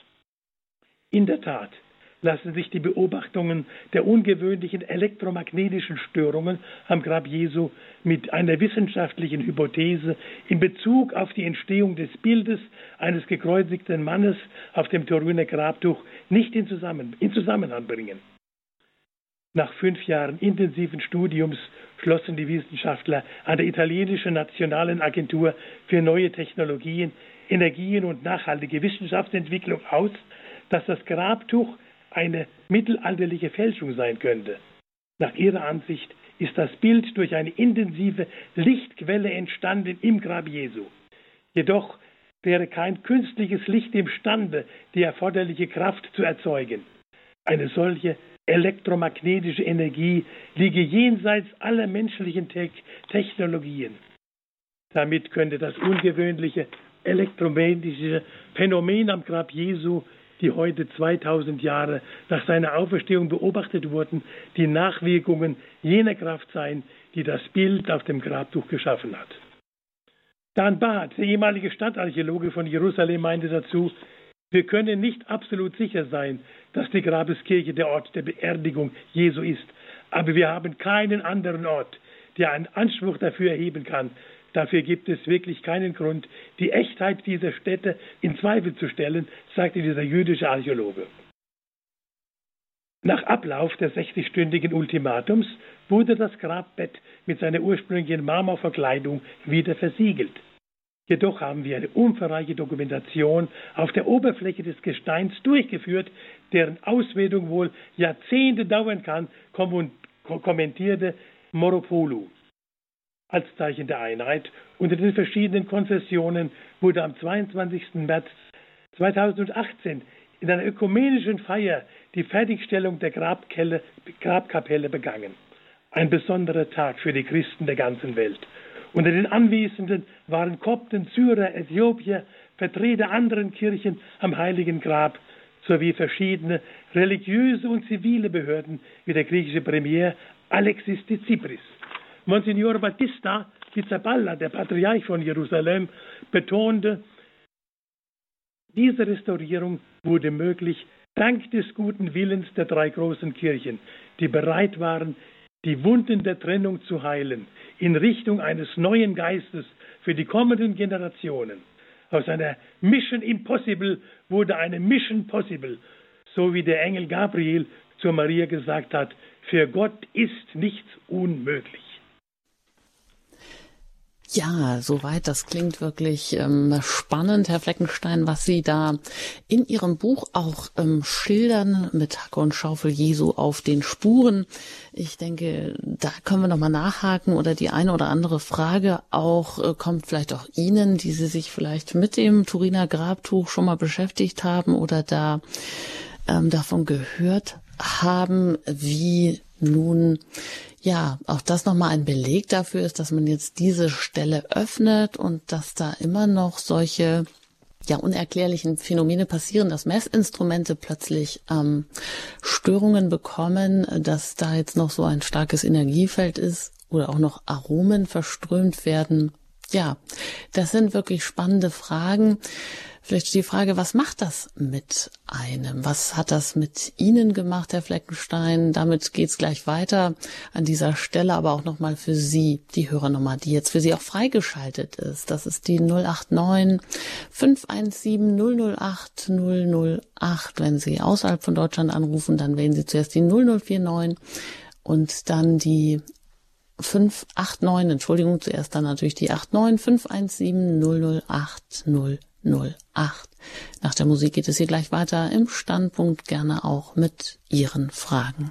B: In der Tat lassen sich die Beobachtungen der ungewöhnlichen elektromagnetischen Störungen am Grab Jesu mit einer wissenschaftlichen Hypothese in Bezug auf die Entstehung des Bildes eines gekreuzigten Mannes auf dem Turiner Grabtuch nicht in, Zusammen- in Zusammenhang bringen. Nach fünf Jahren intensiven Studiums schlossen die Wissenschaftler an der italienischen Nationalen Agentur für neue Technologien, Energien und nachhaltige Wissenschaftsentwicklung aus, dass das Grabtuch eine mittelalterliche Fälschung sein könnte. Nach ihrer Ansicht ist das Bild durch eine intensive Lichtquelle entstanden im Grab Jesu. Jedoch wäre kein künstliches Licht imstande, die erforderliche Kraft zu erzeugen. Eine solche elektromagnetische Energie liege jenseits aller menschlichen Te- Technologien. Damit könnte das ungewöhnliche elektromagnetische Phänomen am Grab Jesu, die heute zweitausend Jahre nach seiner Auferstehung beobachtet wurden, die Nachwirkungen jener Kraft sein, die das Bild auf dem Grabtuch geschaffen hat. Dan Barth, der ehemalige Stadtarchäologe von Jerusalem, meinte dazu, wir können nicht absolut sicher sein, dass die Grabeskirche der Ort der Beerdigung Jesu ist, aber wir haben keinen anderen Ort, der einen Anspruch dafür erheben kann. Dafür gibt es wirklich keinen Grund, die Echtheit dieser Stätte in Zweifel zu stellen, sagte dieser jüdische Archäologe. Nach Ablauf des sechzigstündigen Ultimatums wurde das Grabbett mit seiner ursprünglichen Marmorverkleidung wieder versiegelt. Jedoch haben wir eine umfangreiche Dokumentation auf der Oberfläche des Gesteins durchgeführt, deren Auswertung wohl Jahrzehnte dauern kann, kommentierte Moropoulou. Als Zeichen der Einheit unter den verschiedenen Konfessionen wurde am zweiundzwanzigsten März zweitausendachtzehn in einer ökumenischen Feier die Fertigstellung der Grabkelle, Grabkapelle begangen. Ein besonderer Tag für die Christen der ganzen Welt. Unter den Anwesenden waren Kopten, Syrer, Äthiopier, Vertreter anderen Kirchen am Heiligen Grab sowie verschiedene religiöse und zivile Behörden wie der griechische Premier Alexis Tsipris. Monsignor Battista Pizzaballa, der Patriarch von Jerusalem, betonte, diese Restaurierung wurde möglich dank des guten Willens der drei großen Kirchen, die bereit waren, die Wunden der Trennung zu heilen, in Richtung eines neuen Geistes für die kommenden Generationen. Aus einer Mission Impossible wurde eine Mission Possible, so wie der Engel Gabriel zu Maria gesagt hat, für Gott ist nichts unmöglich.
A: Ja, soweit. Das klingt wirklich ähm, spannend, Herr Fleckenstein, was Sie da in Ihrem Buch auch ähm, schildern mit Hacke und Schaufel Jesu auf den Spuren. Ich denke, da können wir nochmal nachhaken oder die eine oder andere Frage auch äh, kommt vielleicht auch Ihnen, die Sie sich vielleicht mit dem Turiner Grabtuch schon mal beschäftigt haben oder da ähm, davon gehört haben, wie nun ja, auch das nochmal ein Beleg dafür ist, dass man jetzt diese Stelle öffnet und dass da immer noch solche ja unerklärlichen Phänomene passieren, dass Messinstrumente plötzlich ähm, Störungen bekommen, dass da jetzt noch so ein starkes Energiefeld ist oder auch noch Aromen verströmt werden. Ja, das sind wirklich spannende Fragen. Vielleicht die Frage, was macht das mit einem? Was hat das mit Ihnen gemacht, Herr Fleckenstein? Damit geht's gleich weiter an dieser Stelle, aber auch nochmal für Sie, die Hörernummer, die jetzt für Sie auch freigeschaltet ist. Das ist die null acht neun fünf eins sieben null null acht null null acht. Wenn Sie außerhalb von Deutschland anrufen, dann wählen Sie zuerst die null null vier neun und dann die fünf acht neun, Entschuldigung, zuerst dann natürlich die acht neun fünf eins sieben null null acht null null acht. Nach der Musik geht es hier gleich weiter im Standpunkt, gerne auch mit Ihren Fragen.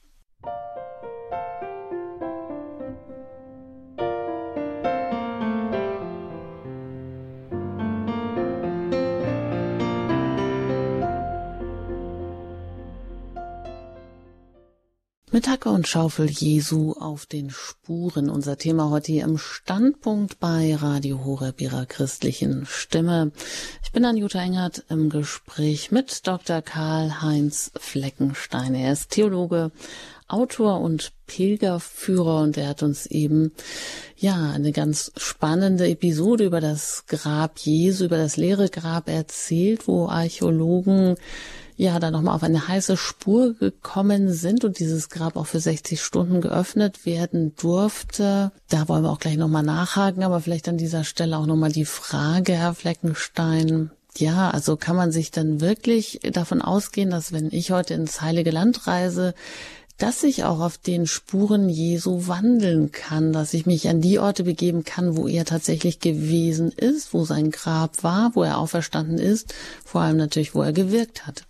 A: Mit Hacke und Schaufel Jesu auf den Spuren. Unser Thema heute hier im Standpunkt bei Radio Horeb, Ihrer christlichen Stimme. Ich bin Anjuta Engert im Gespräch mit Doktor Karl-Heinz Fleckenstein. Er ist Theologe, Autor und Pilgerführer und er hat uns eben ja eine ganz spannende Episode über das Grab Jesu, über das leere Grab erzählt, wo Archäologen ja da nochmal auf eine heiße Spur gekommen sind und dieses Grab auch für sechzig Stunden geöffnet werden durfte. Da wollen wir auch gleich nochmal nachhaken, aber vielleicht an dieser Stelle auch nochmal die Frage, Herr Fleckenstein. Ja, also kann man sich dann wirklich davon ausgehen, dass wenn ich heute ins Heilige Land reise, dass ich auch auf den Spuren Jesu wandeln kann, dass ich mich an die Orte begeben kann, wo er tatsächlich gewesen ist, wo sein Grab war, wo er auferstanden ist, vor allem natürlich, wo er gewirkt hat.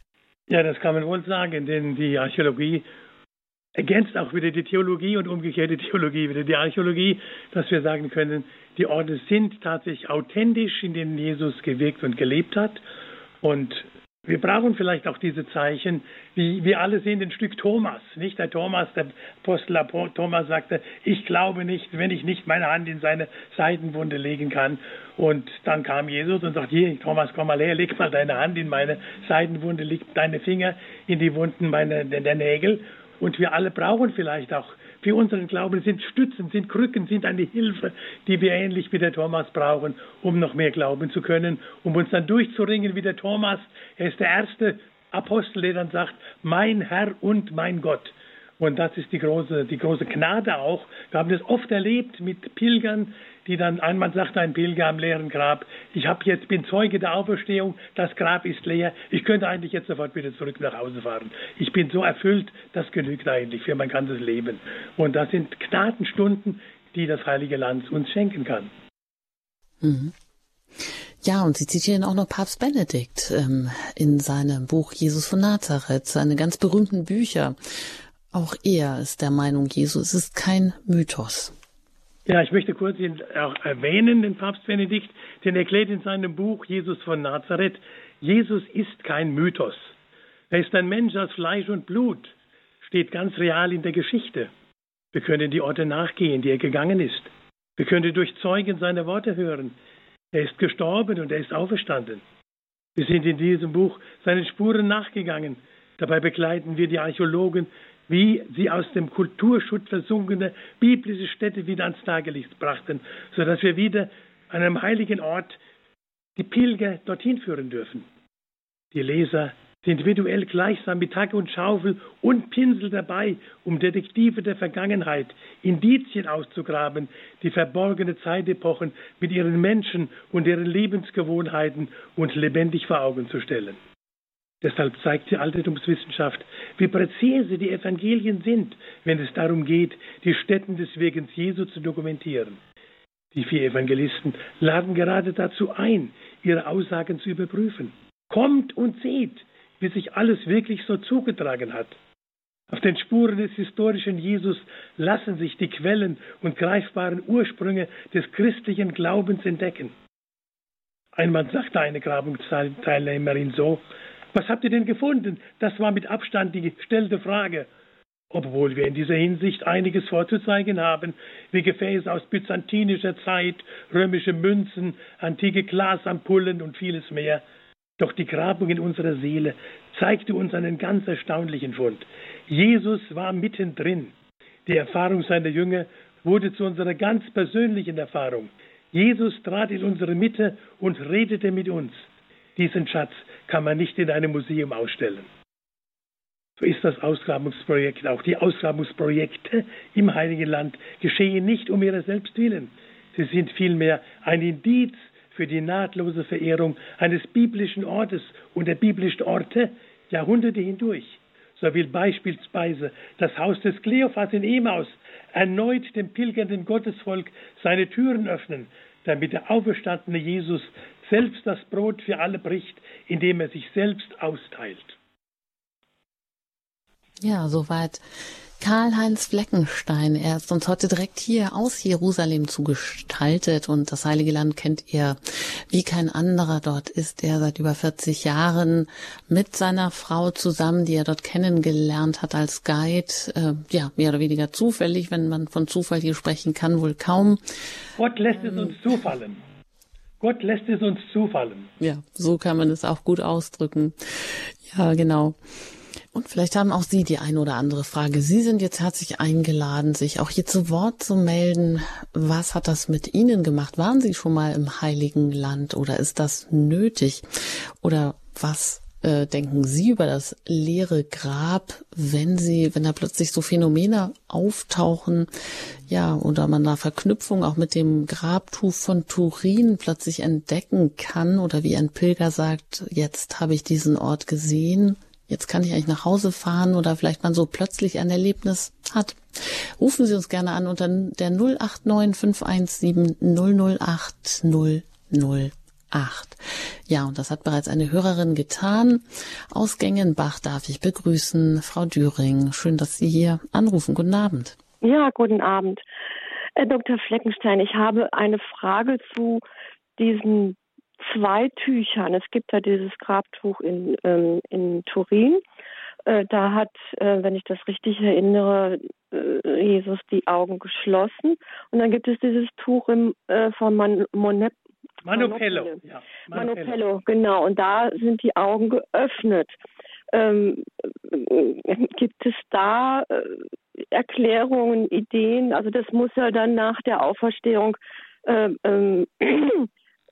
B: Ja, das kann man wohl sagen, denn die Archäologie ergänzt auch wieder die Theologie und umgekehrt die Theologie wieder die Archäologie, dass wir sagen können, die Orte sind tatsächlich authentisch, in denen Jesus gewirkt und gelebt hat. Und wir brauchen vielleicht auch diese Zeichen, wie wir alle sehen ein Stück Thomas, nicht? Der Thomas, der Apostel Thomas sagte, ich glaube nicht, wenn ich nicht meine Hand in seine Seitenwunde legen kann. Und dann kam Jesus und sagt, hier, Thomas, komm mal her, leg mal deine Hand in meine Seitenwunde, leg deine Finger in die Wunden meiner, der Nägel. Und wir alle brauchen vielleicht auch für unseren Glauben, sind Stützen, sind Krücken, sind eine Hilfe, die wir ähnlich wie der Thomas brauchen, um noch mehr glauben zu können, um uns dann durchzuringen wie der Thomas. Er ist der erste Apostel, der dann sagt, mein Herr und mein Gott. Und das ist die große, die große Gnade auch. Wir haben das oft erlebt mit Pilgern, die dann, einmal sagte ein Pilger am leeren Grab, ich hab jetzt, bin Zeuge der Auferstehung, das Grab ist leer, ich könnte eigentlich jetzt sofort wieder zurück nach Hause fahren. Ich bin so erfüllt, das genügt eigentlich für mein ganzes Leben. Und das sind Gnadenstunden, die das Heilige Land uns schenken kann.
A: Mhm. Ja, und Sie zitieren auch noch Papst Benedikt ähm, in seinem Buch Jesus von Nazareth, seine ganz berühmten Bücher. Auch er ist der Meinung, Jesus ist kein Mythos.
B: Ja, ich möchte kurz ihn auch erwähnen, den Papst Benedikt, denn er erklärt in seinem Buch Jesus von Nazareth, Jesus ist kein Mythos. Er ist ein Mensch aus Fleisch und Blut, steht ganz real in der Geschichte. Wir können die Orte nachgehen, die er gegangen ist. Wir können durch Zeugen seine Worte hören. Er ist gestorben und er ist auferstanden. Wir sind in diesem Buch seinen Spuren nachgegangen. Dabei begleiten wir die Archäologen, wie sie aus dem Kulturschutt versunkene biblische Städte wieder ans Tageslicht brachten, sodass wir wieder an einem heiligen Ort die Pilger dorthin führen dürfen. Die Leser sind individuell gleichsam mit Hacke und Schaufel und Pinsel dabei, um Detektive der Vergangenheit, Indizien auszugraben, die verborgene Zeitepochen mit ihren Menschen und deren Lebensgewohnheiten uns lebendig vor Augen zu stellen. Deshalb zeigt die Altertumswissenschaft, wie präzise die Evangelien sind, wenn es darum geht, die Stätten des Weges Jesu zu dokumentieren. Die vier Evangelisten laden gerade dazu ein, ihre Aussagen zu überprüfen. Kommt und seht, wie sich alles wirklich so zugetragen hat. Auf den Spuren des historischen Jesus lassen sich die Quellen und greifbaren Ursprünge des christlichen Glaubens entdecken. Einmal sagte eine Grabungsteilnehmerin so: Was habt ihr denn gefunden? Das war mit Abstand die gestellte Frage. Obwohl wir in dieser Hinsicht einiges vorzuzeigen haben, wie Gefäße aus byzantinischer Zeit, römische Münzen, antike Glasampullen und vieles mehr. Doch die Grabung in unserer Seele zeigte uns einen ganz erstaunlichen Fund. Jesus war mittendrin. Die Erfahrung seiner Jünger wurde zu unserer ganz persönlichen Erfahrung. Jesus trat in unsere Mitte und redete mit uns. Diesen Schatz kann man nicht in einem Museum ausstellen. So ist das Ausgrabungsprojekt auch. Die Ausgrabungsprojekte im Heiligen Land geschehen nicht um ihrer selbst willen. Sie sind vielmehr ein Indiz für die nahtlose Verehrung eines biblischen Ortes und der biblischen Orte Jahrhunderte hindurch. So will beispielsweise das Haus des Kleophas in Emaus erneut dem pilgernden Gottesvolk seine Türen öffnen, damit der auferstandene Jesus selbst das Brot für alle bricht, indem er sich selbst austeilt.
A: Ja, soweit Karl-Heinz Fleckenstein. Er ist uns heute direkt hier aus Jerusalem zugestaltet und das Heilige Land kennt er wie kein anderer. Dort ist er seit über vierzig Jahren mit seiner Frau zusammen, die er dort kennengelernt hat als Guide. Äh, ja, mehr oder weniger zufällig, wenn man von Zufall hier sprechen kann, wohl kaum.
B: Gott lässt es uns zufallen. Gott lässt es uns zufallen.
A: Ja, so kann man es auch gut ausdrücken. Ja, genau. Und vielleicht haben auch Sie die eine oder andere Frage. Sie sind jetzt herzlich eingeladen, sich auch hier zu Wort zu melden. Was hat das mit Ihnen gemacht? Waren Sie schon mal im Heiligen Land oder ist das nötig? Oder was äh, denken Sie über das leere Grab, wenn Sie, wenn da plötzlich so Phänomene auftauchen, ja, oder man da Verknüpfung auch mit dem Grabtuch von Turin plötzlich entdecken kann oder wie ein Pilger sagt, jetzt habe ich diesen Ort gesehen. Jetzt kann ich eigentlich nach Hause fahren oder vielleicht man so plötzlich ein Erlebnis hat. Rufen Sie uns gerne an unter der null acht neun fünf eins sieben null null acht null null acht. Ja, und das hat bereits eine Hörerin getan. Aus Gengenbach darf ich begrüßen, Frau Düring. Schön, dass Sie hier anrufen. Guten Abend.
C: Ja, guten Abend. Herr Doktor Fleckenstein, ich habe eine Frage zu diesen zwei Tüchern. Es gibt ja dieses Grabtuch in, ähm, in Turin. Äh, da hat, äh, wenn ich das richtig erinnere, äh, Jesus die Augen geschlossen. Und dann gibt es dieses Tuch im, äh, von Man- Monet-
B: Manopello.
C: Manopello.
B: Ja,
C: Manopello.
B: Manopello,
C: genau. Und da sind die Augen geöffnet. Ähm, äh, gibt es da äh, Erklärungen, Ideen? Also das muss ja dann nach der Auferstehung äh, ähm,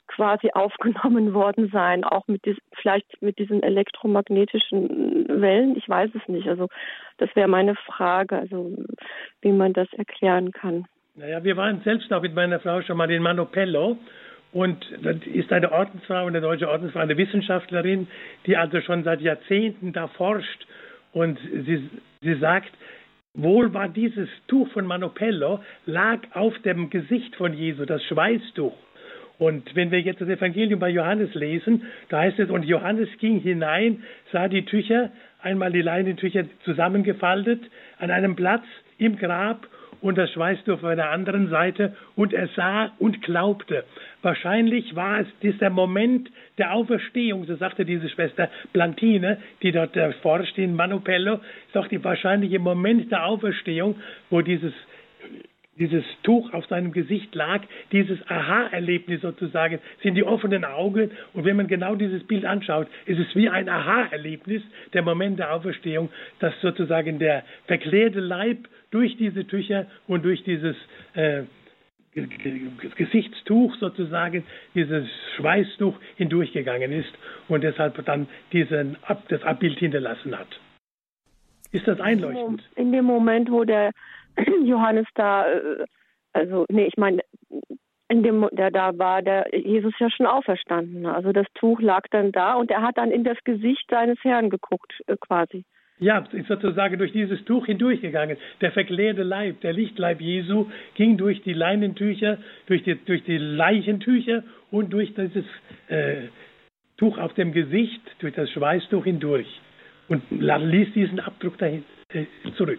C: quasi aufgenommen worden sein, auch mit dies, vielleicht mit diesen elektromagnetischen Wellen. Ich weiß es nicht. Also das wäre meine Frage, also wie man das erklären kann.
B: Naja, wir waren selbst auch mit meiner Frau schon mal in Manopello. Und das ist eine Ordensfrau, eine deutsche Ordensfrau, eine Wissenschaftlerin, die also schon seit Jahrzehnten da forscht. Und sie, sie sagt, wohl war dieses Tuch von Manopello, lag auf dem Gesicht von Jesu, das Schweißtuch. Und wenn wir jetzt das Evangelium bei Johannes lesen, da heißt es, und Johannes ging hinein, sah die Tücher, einmal die Leinentücher zusammengefaltet, an einem Platz im Grab und das Schweißtuch auf einer anderen Seite, und er sah und glaubte. Wahrscheinlich war es dieser Moment der Auferstehung, so sagte diese Schwester Plantine, die dort forscht in Manopello, ist auch der wahrscheinliche Moment der Auferstehung, wo dieses dieses Tuch auf seinem Gesicht lag, dieses Aha-Erlebnis sozusagen, sind die offenen Augen. Und wenn man genau dieses Bild anschaut, ist es wie ein Aha-Erlebnis, der Moment der Auferstehung, dass sozusagen der verklärte Leib durch diese Tücher und durch dieses äh, Gesichtstuch sozusagen, dieses Schweißtuch hindurchgegangen ist und deshalb dann diesen, das Abbild hinterlassen hat. Ist das einleuchtend?
C: In dem Moment, wo der Johannes da, also nee, ich meine, in dem, der, da war der Jesus ja schon auferstanden. Also das Tuch lag dann da und er hat dann in das Gesicht seines Herrn geguckt, quasi.
B: Ja, ist sozusagen durch dieses Tuch hindurchgegangen. Der verklärte Leib, der Lichtleib Jesu, ging durch die Leinentücher, durch die, durch die Leichentücher und durch dieses äh, Tuch auf dem Gesicht, durch das Schweißtuch hindurch und ließ diesen Abdruck dahin äh, zurück.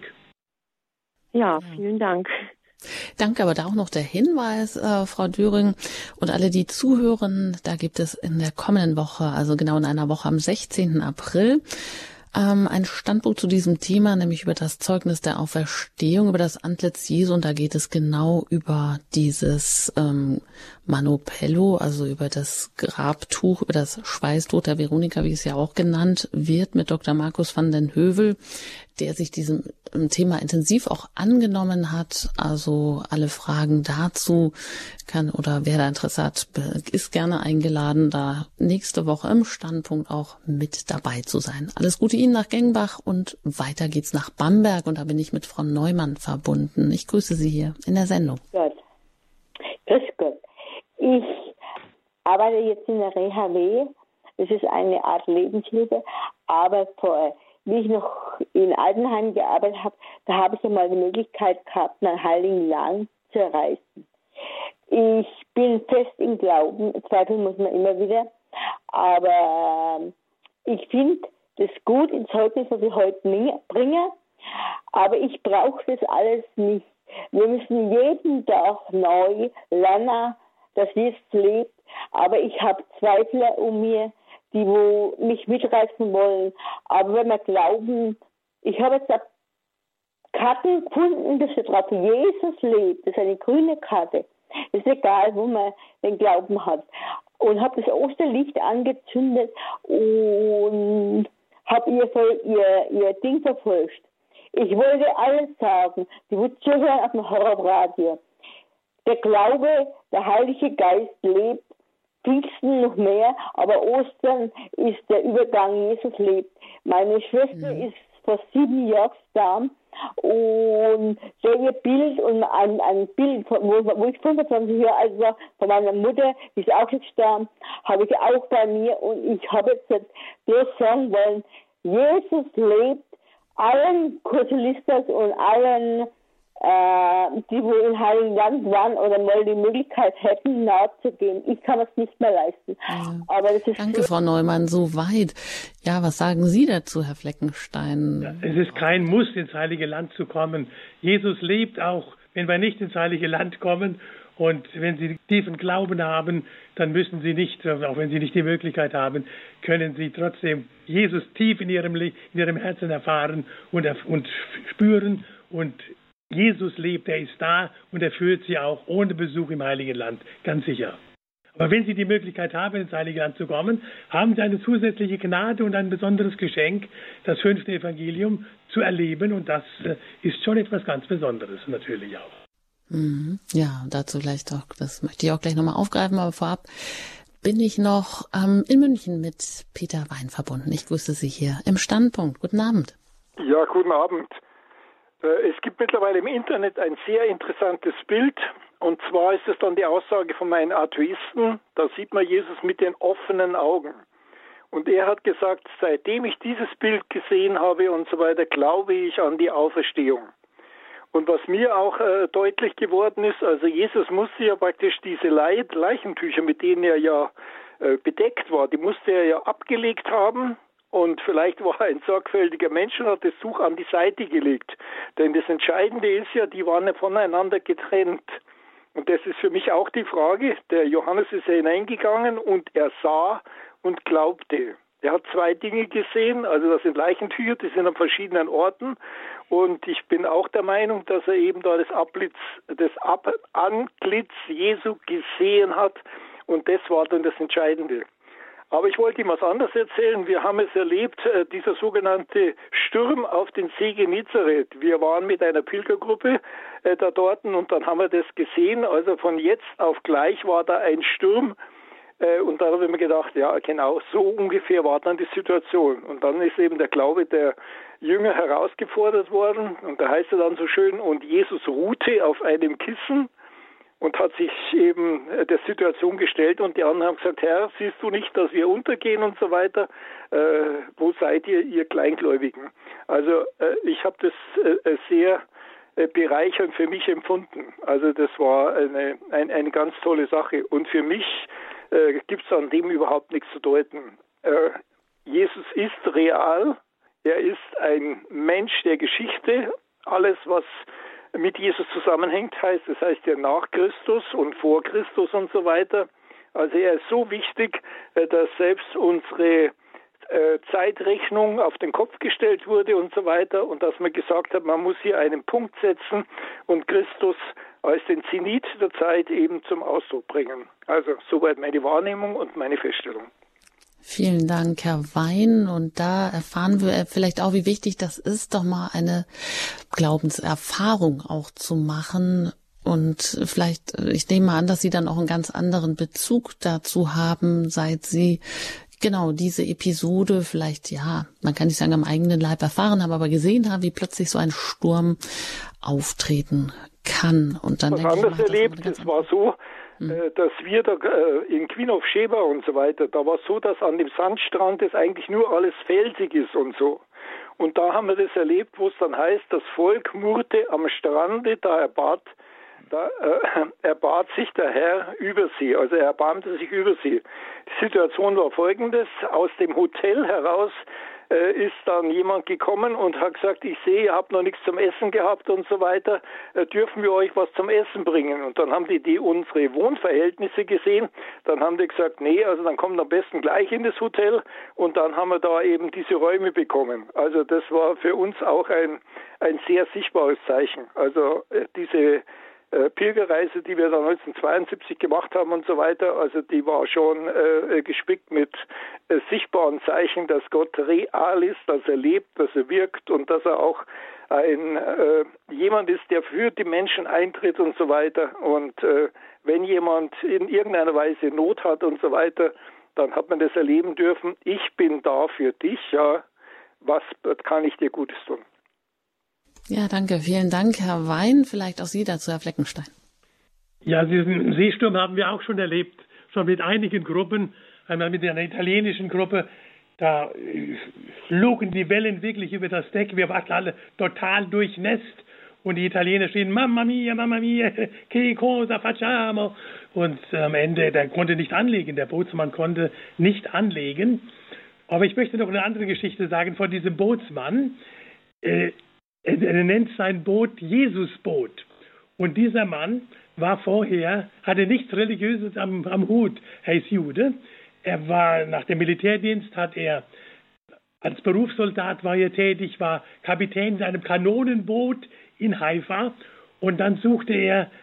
C: Ja, vielen Dank.
A: Danke, aber da auch noch der Hinweis, äh, Frau Döring und alle, die zuhören, da gibt es in der kommenden Woche, also genau in einer Woche am sechzehnten April, ähm, ein Standbuch zu diesem Thema, nämlich über das Zeugnis der Auferstehung, über das Antlitz Jesu, und da geht es genau über dieses ähm, Manopello, also über das Grabtuch, über das Schweißtuch der Veronika, wie es ja auch genannt wird, mit Doktor Markus van den Heuvel, der sich diesem Thema intensiv auch angenommen hat. Also alle Fragen dazu kann, oder wer da Interesse hat, ist gerne eingeladen, da nächste Woche im Standpunkt auch mit dabei zu sein. Alles Gute Ihnen nach Gengbach und weiter geht's nach Bamberg, und da bin ich mit Frau Neumann verbunden. Ich grüße Sie hier in der Sendung.
D: Gott. Grüß Gott. Ich arbeite jetzt in der Reha W. Das ist eine Art Lebenshilfe, aber vor wie ich noch in Altenheim gearbeitet habe, da habe ich ja mal die Möglichkeit gehabt, nach Heiligen Land zu reisen. Ich bin fest im Glauben, zweifeln muss man immer wieder, aber ich finde das gut ins Zeugnis, was ich heute bringe, aber ich brauche das alles nicht. Wir müssen jeden Tag neu lernen, dass Jesus lebt, aber ich habe Zweifler um mir, die wo mich mitreißen wollen. Aber wenn wir glauben, ich habe jetzt Karten gefunden, dass da drauf Jesus lebt, das ist eine grüne Karte. Es ist egal, wo man den Glauben hat. Und habe das Osterlicht angezündet und habe ihr, ihr, ihr Ding verfolgt. Ich wollte alles sagen, die wo zuhören auf dem Horroradio. Der Glaube, der Heilige Geist lebt, Pfingsten noch mehr, aber Ostern ist der Übergang, Jesus lebt. Meine Schwester mhm. ist vor sieben Jahren gestorben und sehe ihr Bild und ein, ein Bild, wo, wo ich fünfundzwanzig Jahre alt war, von meiner Mutter, die ist auch gestorben, habe ich auch bei mir, und ich habe jetzt bloß sagen wollen, Jesus lebt, allen Kursulistas und allen Äh, die wo in Heiligen Land waren oder mal die Möglichkeit hätten, nachzugehen. Ich kann es nicht mehr leisten.
A: Ja.
D: Aber das ist
A: Danke, Frau Neumann, so weit. Ja, was sagen Sie dazu, Herr Fleckenstein?
B: Ja, es ist kein Muss, ins Heilige Land zu kommen. Jesus lebt auch, wenn wir nicht ins Heilige Land kommen. Und wenn Sie tiefen Glauben haben, dann müssen Sie nicht, auch wenn Sie nicht die Möglichkeit haben, können Sie trotzdem Jesus tief in Ihrem, in Ihrem Herzen erfahren und, und spüren. Und Jesus lebt, er ist da, und er führt Sie auch ohne Besuch im Heiligen Land, ganz sicher. Aber wenn Sie die Möglichkeit haben, ins Heilige Land zu kommen, haben Sie eine zusätzliche Gnade und ein besonderes Geschenk, das fünfte Evangelium zu erleben, und das ist schon etwas ganz Besonderes natürlich auch.
A: Mhm. Ja, dazu gleich doch, das möchte ich auch gleich nochmal aufgreifen, aber vorab bin ich noch ähm, in München mit Peter Wein verbunden. Ich grüße Sie hier im Standpunkt. Guten Abend.
E: Ja, guten Abend. Es gibt mittlerweile im Internet ein sehr interessantes Bild, und zwar ist es dann die Aussage von meinen Atheisten, da sieht man Jesus mit den offenen Augen. Und er hat gesagt, seitdem ich dieses Bild gesehen habe und so weiter, glaube ich an die Auferstehung. Und was mir auch äh, deutlich geworden ist, also Jesus musste ja praktisch diese Le- Leichentücher, mit denen er ja äh, bedeckt war, die musste er ja abgelegt haben. Und vielleicht war er ein sorgfältiger Mensch und hat das Tuch an die Seite gelegt. Denn das Entscheidende ist ja, die waren ja voneinander getrennt. Und das ist für mich auch die Frage. Der Johannes ist ja hineingegangen und er sah und glaubte. Er hat zwei Dinge gesehen, also das sind Leichentücher, die sind an verschiedenen Orten. Und ich bin auch der Meinung, dass er eben da das, Ablitz, das Ab- Antlitz Jesu gesehen hat. Und das war dann das Entscheidende. Aber ich wollte ihm was anderes erzählen. Wir haben es erlebt, äh, dieser sogenannte Sturm auf den See Genezareth. Wir waren mit einer Pilgergruppe äh, da dort und dann haben wir das gesehen. Also von jetzt auf gleich war da ein Sturm. Äh, und da habe ich mir gedacht, ja genau, so ungefähr war dann die Situation. Und dann ist eben der Glaube der Jünger herausgefordert worden. Und da heißt er dann so schön, und Jesus ruhte auf einem Kissen und hat sich eben der Situation gestellt, und die anderen haben gesagt, Herr, siehst du nicht, dass wir untergehen und so weiter? Äh, wo seid ihr, ihr Kleingläubigen? Also äh, ich habe das äh, sehr äh, bereichernd für mich empfunden. Also das war eine, ein, eine ganz tolle Sache. Und für mich äh, gibt es an dem überhaupt nichts zu deuten. Äh, Jesus ist real. Er ist ein Mensch der Geschichte. Alles, was mit Jesus zusammenhängt, heißt, das heißt ja nach Christus und vor Christus und so weiter. Also er ist so wichtig, dass selbst unsere äh, Zeitrechnung auf den Kopf gestellt wurde und so weiter, und dass man gesagt hat, man muss hier einen Punkt setzen und Christus als den Zenit der Zeit eben zum Ausdruck bringen. Also soweit meine Wahrnehmung und meine Feststellung.
A: Vielen Dank, Herr Wein. Und da erfahren wir vielleicht auch, wie wichtig das ist, doch mal eine Glaubenserfahrung auch zu machen. Und vielleicht, ich nehme an, dass Sie dann auch einen ganz anderen Bezug dazu haben, seit Sie genau diese Episode vielleicht, ja, man kann nicht sagen am eigenen Leib erfahren haben, aber gesehen haben, wie plötzlich so ein Sturm auftreten kann. Und dann
E: was
A: denke
E: anderes
A: ich,
E: erlebt, es war so, Hm. dass wir da äh, in Queen of Sheba und so weiter, da war es so, dass an dem Sandstrand es eigentlich nur alles felsig ist und so. Und da haben wir das erlebt, wo es dann heißt, das Volk murrte am Strande, da erbat, da äh, erbat sich der Herr über sie, also er erbarmte sich über sie. Die Situation war folgendes: Aus dem Hotel heraus äh, ist dann jemand gekommen und hat gesagt, ich sehe, ihr habt noch nichts zum Essen gehabt und so weiter, äh, dürfen wir euch was zum Essen bringen? Und dann haben die, die unsere Wohnverhältnisse gesehen, dann haben die gesagt, nee, also dann kommt am besten gleich in das Hotel, und dann haben wir da eben diese Räume bekommen. Also das war für uns auch ein, ein sehr sichtbares Zeichen. Also äh, diese Äh, Pilgerreise, die wir dann neunzehnhundertzweiundsiebzig gemacht haben und so weiter, also die war schon äh, gespickt mit äh, sichtbaren Zeichen, dass Gott real ist, dass er lebt, dass er wirkt und dass er auch ein äh, jemand ist, der für die Menschen eintritt und so weiter. Und äh, wenn jemand in irgendeiner Weise Not hat und so weiter, dann hat man das erleben dürfen. Ich bin da für dich, ja, was kann ich dir Gutes tun?
A: Ja, danke. Vielen Dank, Herr Wein. Vielleicht auch Sie dazu, Herr Fleckenstein.
B: Ja, diesen Seesturm haben wir auch schon erlebt, schon mit einigen Gruppen, einmal mit einer italienischen Gruppe. Da schlugen die Wellen wirklich über das Deck. Wir waren alle total durchnässt. Und die Italiener stehen, Mamma mia, Mamma mia, che cosa facciamo? Und am Ende, der konnte nicht anlegen, der Bootsmann konnte nicht anlegen. Aber ich möchte noch eine andere Geschichte sagen von diesem Bootsmann. Äh, Er nennt sein Boot Jesusboot. Und dieser Mann war vorher, hatte nichts Religiöses am, am Hut. Er ist Jude. Er war nach dem Militärdienst, hat er als Berufssoldat war er tätig, war Kapitän in einem Kanonenboot in Haifa. Und dann suchte er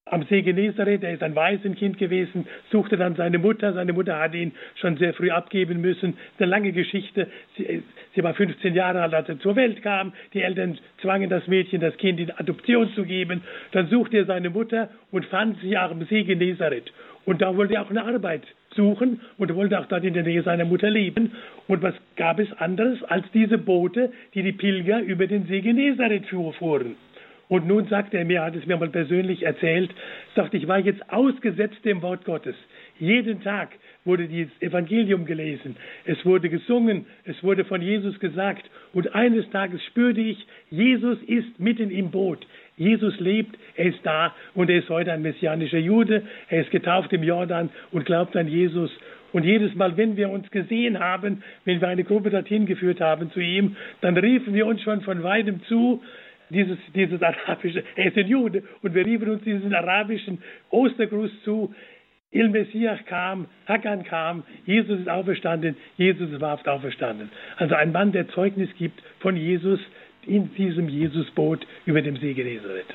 B: am See Genezareth, er ist ein Waisenkind gewesen, suchte dann seine Mutter. Seine Mutter hatte ihn schon sehr früh abgeben müssen. Eine lange Geschichte. Sie, sie war fünfzehn Jahre alt, als er zur Welt kam. Die Eltern zwangen das Mädchen, das Kind in Adoption zu geben. Dann suchte er seine Mutter und fand sie am See Genezareth. Und da wollte er auch eine Arbeit suchen und wollte auch dort in der Nähe seiner Mutter leben. Und was gab es anderes als diese Boote, die die Pilger über den See Genezareth fuhren? Und nun sagt er mir, hat es mir mal persönlich erzählt, sagt, ich war jetzt ausgesetzt dem Wort Gottes. Jeden Tag wurde dieses Evangelium gelesen, es wurde gesungen, es wurde von Jesus gesagt. Und eines Tages spürte ich, Jesus ist mitten im Boot. Jesus lebt, er ist da und er ist heute ein messianischer Jude. Er ist getauft im Jordan und glaubt an Jesus. Und jedes Mal, wenn wir uns gesehen haben, wenn wir eine Gruppe dorthin geführt haben zu ihm, dann riefen wir uns schon von weitem zu, Dieses, dieses arabische, er ist ein Jude, und wir riefen uns diesen arabischen Ostergruß zu. Il Messias kam, Hakan kam, Jesus ist auferstanden, Jesus ist wahrhaft auferstanden. Also ein Mann, der Zeugnis gibt von Jesus in diesem Jesusboot über dem See Genezareth.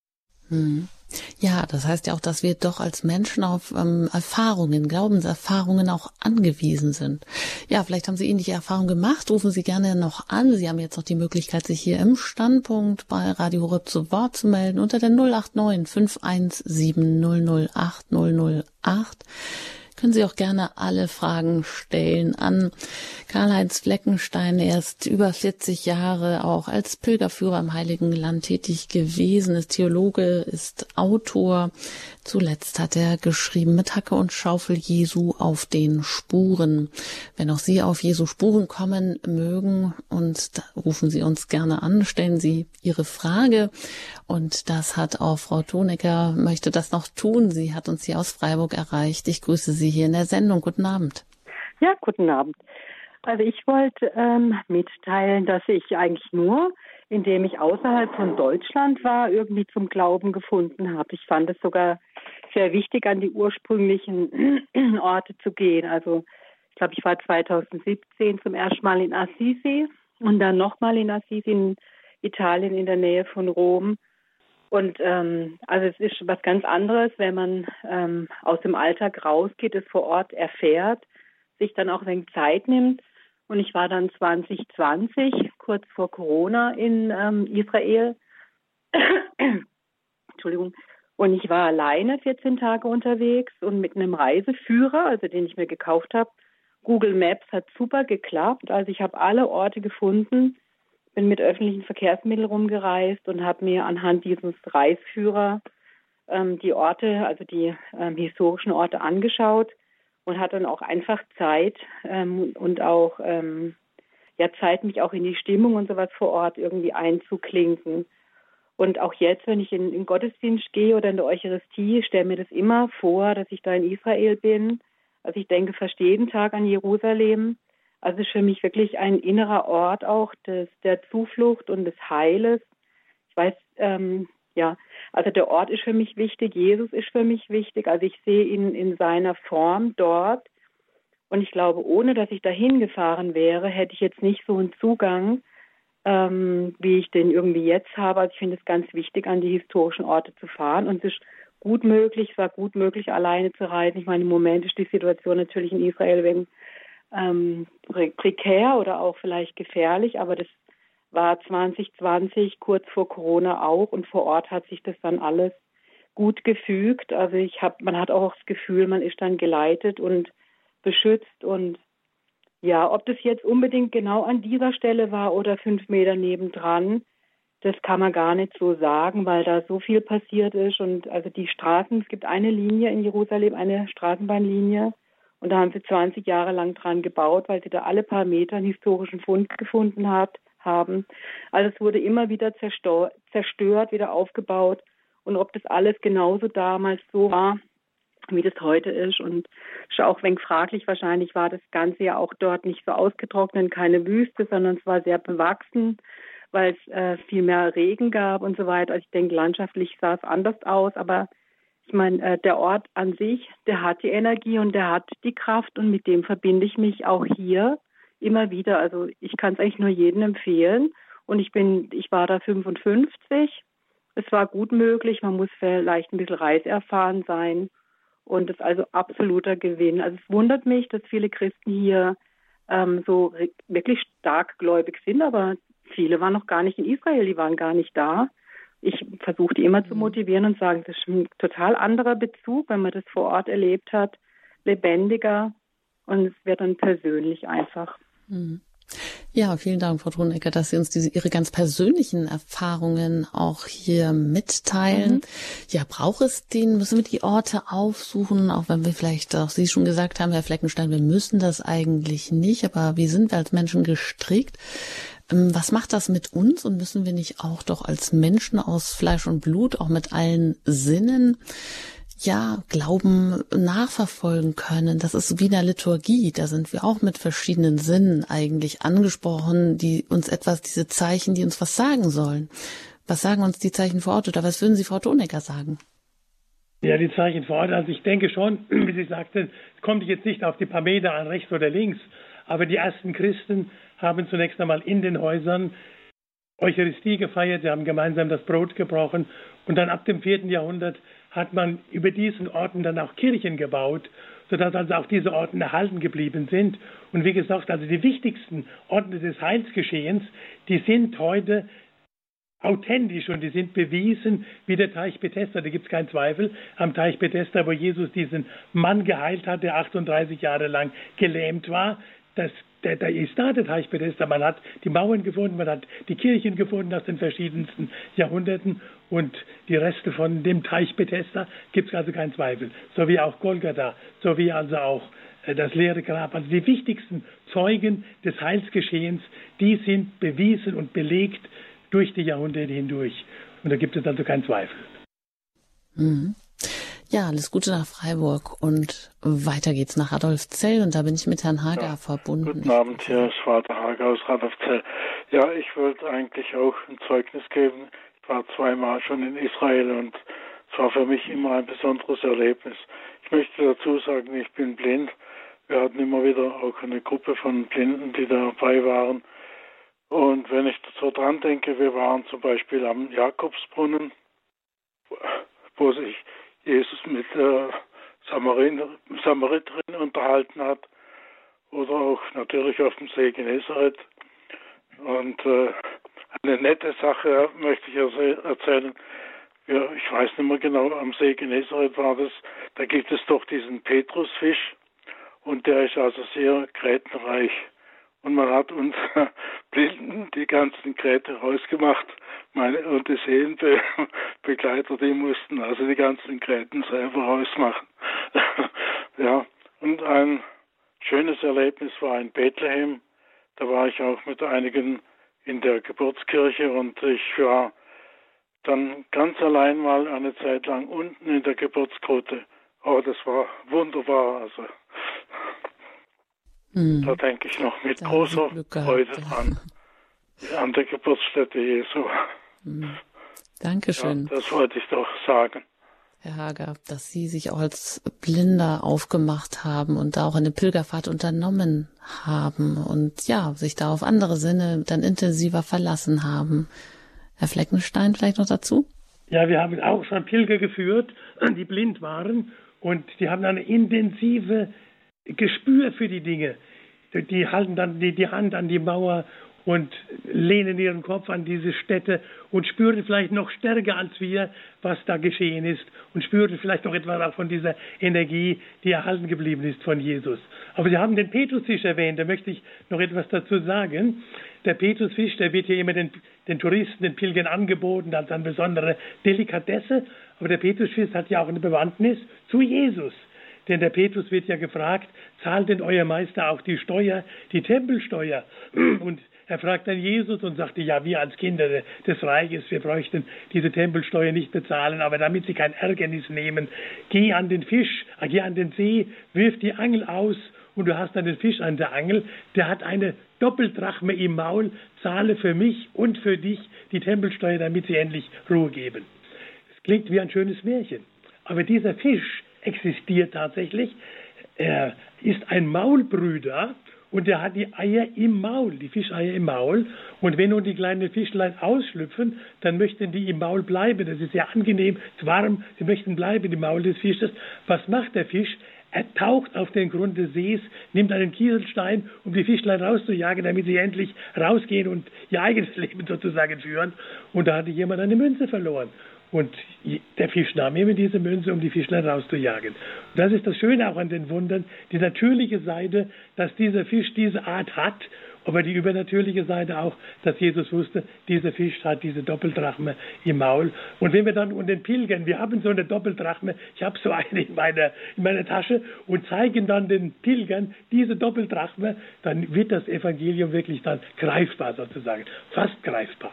A: Hm. Ja, das heißt ja auch, dass wir doch als Menschen auf ähm, Erfahrungen, Glaubenserfahrungen auch angewiesen sind. Ja, vielleicht haben Sie ähnliche Erfahrungen gemacht. Rufen Sie gerne noch an. Sie haben jetzt noch die Möglichkeit, sich hier im Standpunkt bei Radio Horeb zu Wort zu melden unter der null acht neun fünf eins sieben null null acht null null acht. Können Sie auch gerne alle Fragen stellen an Karl-Heinz Fleckenstein. Er ist über vierzig Jahre auch als Pilgerführer im Heiligen Land tätig gewesen, ist Theologe, ist Autor. Zuletzt hat er geschrieben mit Hacke und Schaufel Jesu auf den Spuren. Wenn auch Sie auf Jesu Spuren kommen mögen, und rufen Sie uns gerne an, stellen Sie Ihre Frage. Und das hat auch Frau Thonecker, möchte das noch tun. Sie hat uns hier aus Freiburg erreicht. Ich grüße Sie hier in der Sendung. Guten Abend.
F: Ja, guten Abend. Also ich wollte ähm, mitteilen, dass ich eigentlich nur, indem ich außerhalb von Deutschland war, irgendwie zum Glauben gefunden habe. Ich fand es sogar sehr wichtig, an die ursprünglichen Orte zu gehen. Also ich glaube, ich war zweitausendsiebzehn zum ersten Mal in Assisi und dann nochmal in Assisi in Italien in der Nähe von Rom. Und ähm, also es ist was ganz anderes, wenn man ähm, aus dem Alltag rausgeht, es vor Ort erfährt, sich dann auch ein wenig Zeit nimmt. Und ich war dann zwanzig zwanzig, kurz vor Corona, in ähm, Israel. Entschuldigung. Und ich war alleine vierzehn Tage unterwegs und mit einem Reiseführer, also den ich mir gekauft habe. Google Maps hat super geklappt. Also ich habe alle Orte gefunden, bin mit öffentlichen Verkehrsmitteln rumgereist und habe mir anhand dieses Reiseführer ähm, die Orte, also die ähm, historischen Orte angeschaut und hatte dann auch einfach Zeit ähm, und auch ähm, ja Zeit, mich auch in die Stimmung und sowas vor Ort irgendwie einzuklinken. Und auch jetzt, wenn ich in den Gottesdienst gehe oder in der Eucharistie, stelle mir das immer vor, dass ich da in Israel bin. Also ich denke fast jeden Tag an Jerusalem. Also es ist für mich wirklich ein innerer Ort auch des, der Zuflucht und des Heiles. Ich weiß, ähm, ja, also der Ort ist für mich wichtig, Jesus ist für mich wichtig. Also ich sehe ihn in seiner Form dort. Und ich glaube, ohne dass ich dahin gefahren wäre, hätte ich jetzt nicht so einen Zugang, ähm, wie ich den irgendwie jetzt habe. Also ich finde es ganz wichtig, an die historischen Orte zu fahren. Und es ist gut möglich, es war gut möglich, alleine zu reisen. Ich meine, im Moment ist die Situation natürlich in Israel wegen ähm, prekär oder auch vielleicht gefährlich, aber das war zwanzig zwanzig, kurz vor Corona auch, und vor Ort hat sich das dann alles gut gefügt. Also ich habe, man hat auch das Gefühl, man ist dann geleitet und beschützt. Und ja, ob das jetzt unbedingt genau an dieser Stelle war oder fünf Meter nebendran, das kann man gar nicht so sagen, weil da so viel passiert ist. Und also die Straßen, es gibt eine Linie in Jerusalem, eine Straßenbahnlinie, und da haben sie zwanzig Jahre lang dran gebaut, weil sie da alle paar Meter einen historischen Fund gefunden hat, haben. Also es wurde immer wieder zerstört, zerstört, wieder aufgebaut. Und ob das alles genauso damals so war, wie das heute ist, und ist auch ein wenig fraglich. Wahrscheinlich war das Ganze ja auch dort nicht so ausgetrocknet, keine Wüste, sondern es war sehr bewachsen, weil es äh, viel mehr Regen gab und so weiter. Also ich denke, landschaftlich sah es anders aus, aber ich meine, äh, der Ort an sich, der hat die Energie und der hat die Kraft, und mit dem verbinde ich mich auch hier immer wieder. Also ich kann es eigentlich nur jedem empfehlen. Und ich bin, ich war da fünfundfünfzig, Es war gut möglich, man muss vielleicht ein bisschen reiserfahren sein und es ist also absoluter Gewinn. Also es wundert mich, dass viele Christen hier ähm, so re- wirklich stark gläubig sind, aber viele waren noch gar nicht in Israel, die waren gar nicht da. Ich versuche die immer zu motivieren und sagen, das ist ein total anderer Bezug, wenn man das vor Ort erlebt hat, lebendiger und es wird dann persönlich einfach.
A: Mhm. Ja, vielen Dank, Frau Thronecker, dass Sie uns diese Ihre ganz persönlichen Erfahrungen auch hier mitteilen. Mhm. Ja, braucht es den, müssen wir die Orte aufsuchen, auch wenn wir vielleicht auch Sie schon gesagt haben, Herr Fleckenstein, wir müssen das eigentlich nicht, aber wie sind wir als Menschen gestrickt? Was macht das mit uns und müssen wir nicht auch doch als Menschen aus Fleisch und Blut, auch mit allen Sinnen, ja, Glauben nachverfolgen können? Das ist wie in der Liturgie, da sind wir auch mit verschiedenen Sinnen eigentlich angesprochen, die uns etwas, diese Zeichen, die uns was sagen sollen. Was sagen uns die Zeichen vor Ort oder was würden Sie, Frau Thronecker, sagen?
B: Ja, die Zeichen vor Ort, also ich denke schon, wie Sie sagten, es kommt jetzt nicht auf die paar Meter an, rechts oder links, aber die ersten Christen haben zunächst einmal in den Häusern Eucharistie gefeiert, sie haben gemeinsam das Brot gebrochen und dann ab dem vierten Jahrhundert hat man über diesen Orten dann auch Kirchen gebaut, sodass also auch diese Orten erhalten geblieben sind. Und wie gesagt, also die wichtigsten Orte des Heilsgeschehens, die sind heute authentisch und die sind bewiesen, wie der Teich Bethesda, da gibt es keinen Zweifel, am Teich Bethesda, wo Jesus diesen Mann geheilt hat, der achtunddreißig Jahre lang gelähmt war. Das, der, der ist da, der Teich Bethesda. Man hat die Mauern gefunden, man hat die Kirchen gefunden aus den verschiedensten Jahrhunderten und die Reste von dem Teich Bethesda gibt es also keinen Zweifel. So wie auch Golgatha, so wie also auch äh, das leere Grab. Also die wichtigsten Zeugen des Heilsgeschehens, die sind bewiesen und belegt durch die Jahrhunderte hindurch. Und da gibt es also keinen Zweifel.
A: Mhm. Ja, alles Gute nach Freiburg und weiter geht's nach Radolfzell und da bin ich mit Herrn Hager ja, verbunden.
G: Guten Abend, hier ist Vater Hager aus Radolfzell. Ja, ich wollte eigentlich auch ein Zeugnis geben. Ich war zweimal schon in Israel und es war für mich immer ein besonderes Erlebnis. Ich möchte dazu sagen, ich bin blind. Wir hatten immer wieder auch eine Gruppe von Blinden, die dabei waren. Und wenn ich so dran denke, wir waren zum Beispiel am Jakobsbrunnen, wo sich Jesus mit der Samariterin unterhalten hat, oder auch natürlich auf dem See Genezareth. Und äh, eine nette Sache möchte ich erzählen. Ja, ich weiß nicht mehr genau, am See Genezareth war das, da gibt es doch diesen Petrusfisch und der ist also sehr grätenreich. Und man hat uns Blinden die ganzen Gräte rausgemacht. Meine, und die Seelenbegleiter, die mussten also die ganzen Gräten selber rausmachen. Ja, und ein schönes Erlebnis war in Bethlehem. Da war ich auch mit einigen in der Geburtskirche und ich war dann ganz allein mal eine Zeit lang unten in der Geburtsgrotte. Oh, das war wunderbar, also. Hm. Da denke ich noch mit da großer Freude dran, an der Geburtsstätte Jesu.
A: Hm. Dankeschön.
G: Ja, das wollte ich doch sagen.
A: Herr Hager, dass Sie sich auch als Blinder aufgemacht haben und da auch eine Pilgerfahrt unternommen haben und ja, sich da auf andere Sinne dann intensiver verlassen haben. Herr Fleckenstein vielleicht noch dazu?
B: Ja, wir haben auch schon Pilger geführt, die blind waren und die haben eine intensive Gespür für die Dinge. Die halten dann die, die Hand an die Mauer und lehnen ihren Kopf an diese Stätte und spüren vielleicht noch stärker als wir, was da geschehen ist und spüren vielleicht noch etwas auch von dieser Energie, die erhalten geblieben ist von Jesus. Aber Sie haben den Petrusfisch erwähnt, da möchte ich noch etwas dazu sagen. Der Petrusfisch, der wird hier immer den, den Touristen, den Pilgern angeboten als eine besondere Delikatesse, aber der Petrusfisch hat ja auch eine Bewandtnis zu Jesus. Denn der Petrus wird ja gefragt, zahlt denn euer Meister auch die Steuer, die Tempelsteuer? Und er fragt dann Jesus und sagte, ja, wir als Kinder des Reiches, wir bräuchten diese Tempelsteuer nicht bezahlen, aber damit sie kein Ärgernis nehmen, geh an den Fisch, geh an den See, wirf die Angel aus und du hast dann den Fisch an der Angel, der hat eine Doppeldrachme im Maul, zahle für mich und für dich die Tempelsteuer, damit sie endlich Ruhe geben. Das klingt wie ein schönes Märchen, aber dieser Fisch existiert tatsächlich. er ist ein Maulbrüder und er hat die Eier im Maul, die Fischeier im Maul. Und wenn nun die kleinen Fischlein ausschlüpfen, dann möchten die im Maul bleiben. Das ist sehr angenehm, es ist warm, sie möchten bleiben im Maul des Fisches. Was macht der Fisch? Er taucht auf den Grund des Sees, nimmt einen Kieselstein, um die Fischlein rauszujagen, damit sie endlich rausgehen und ihr eigenes Leben sozusagen führen. Und da hatte jemand eine Münze verloren. Und der Fisch nahm eben diese Münze, um die Fischlein rauszujagen. Und das ist das Schöne auch an den Wundern, die natürliche Seite, dass dieser Fisch diese Art hat, aber die übernatürliche Seite auch, dass Jesus wusste, dieser Fisch hat diese Doppeldrachme im Maul. Und wenn wir dann unter den Pilgern, wir haben so eine Doppeldrachme, ich habe so eine in meiner, in meiner Tasche und zeigen dann den Pilgern diese Doppeldrachme, dann wird das Evangelium wirklich dann greifbar sozusagen, fast greifbar.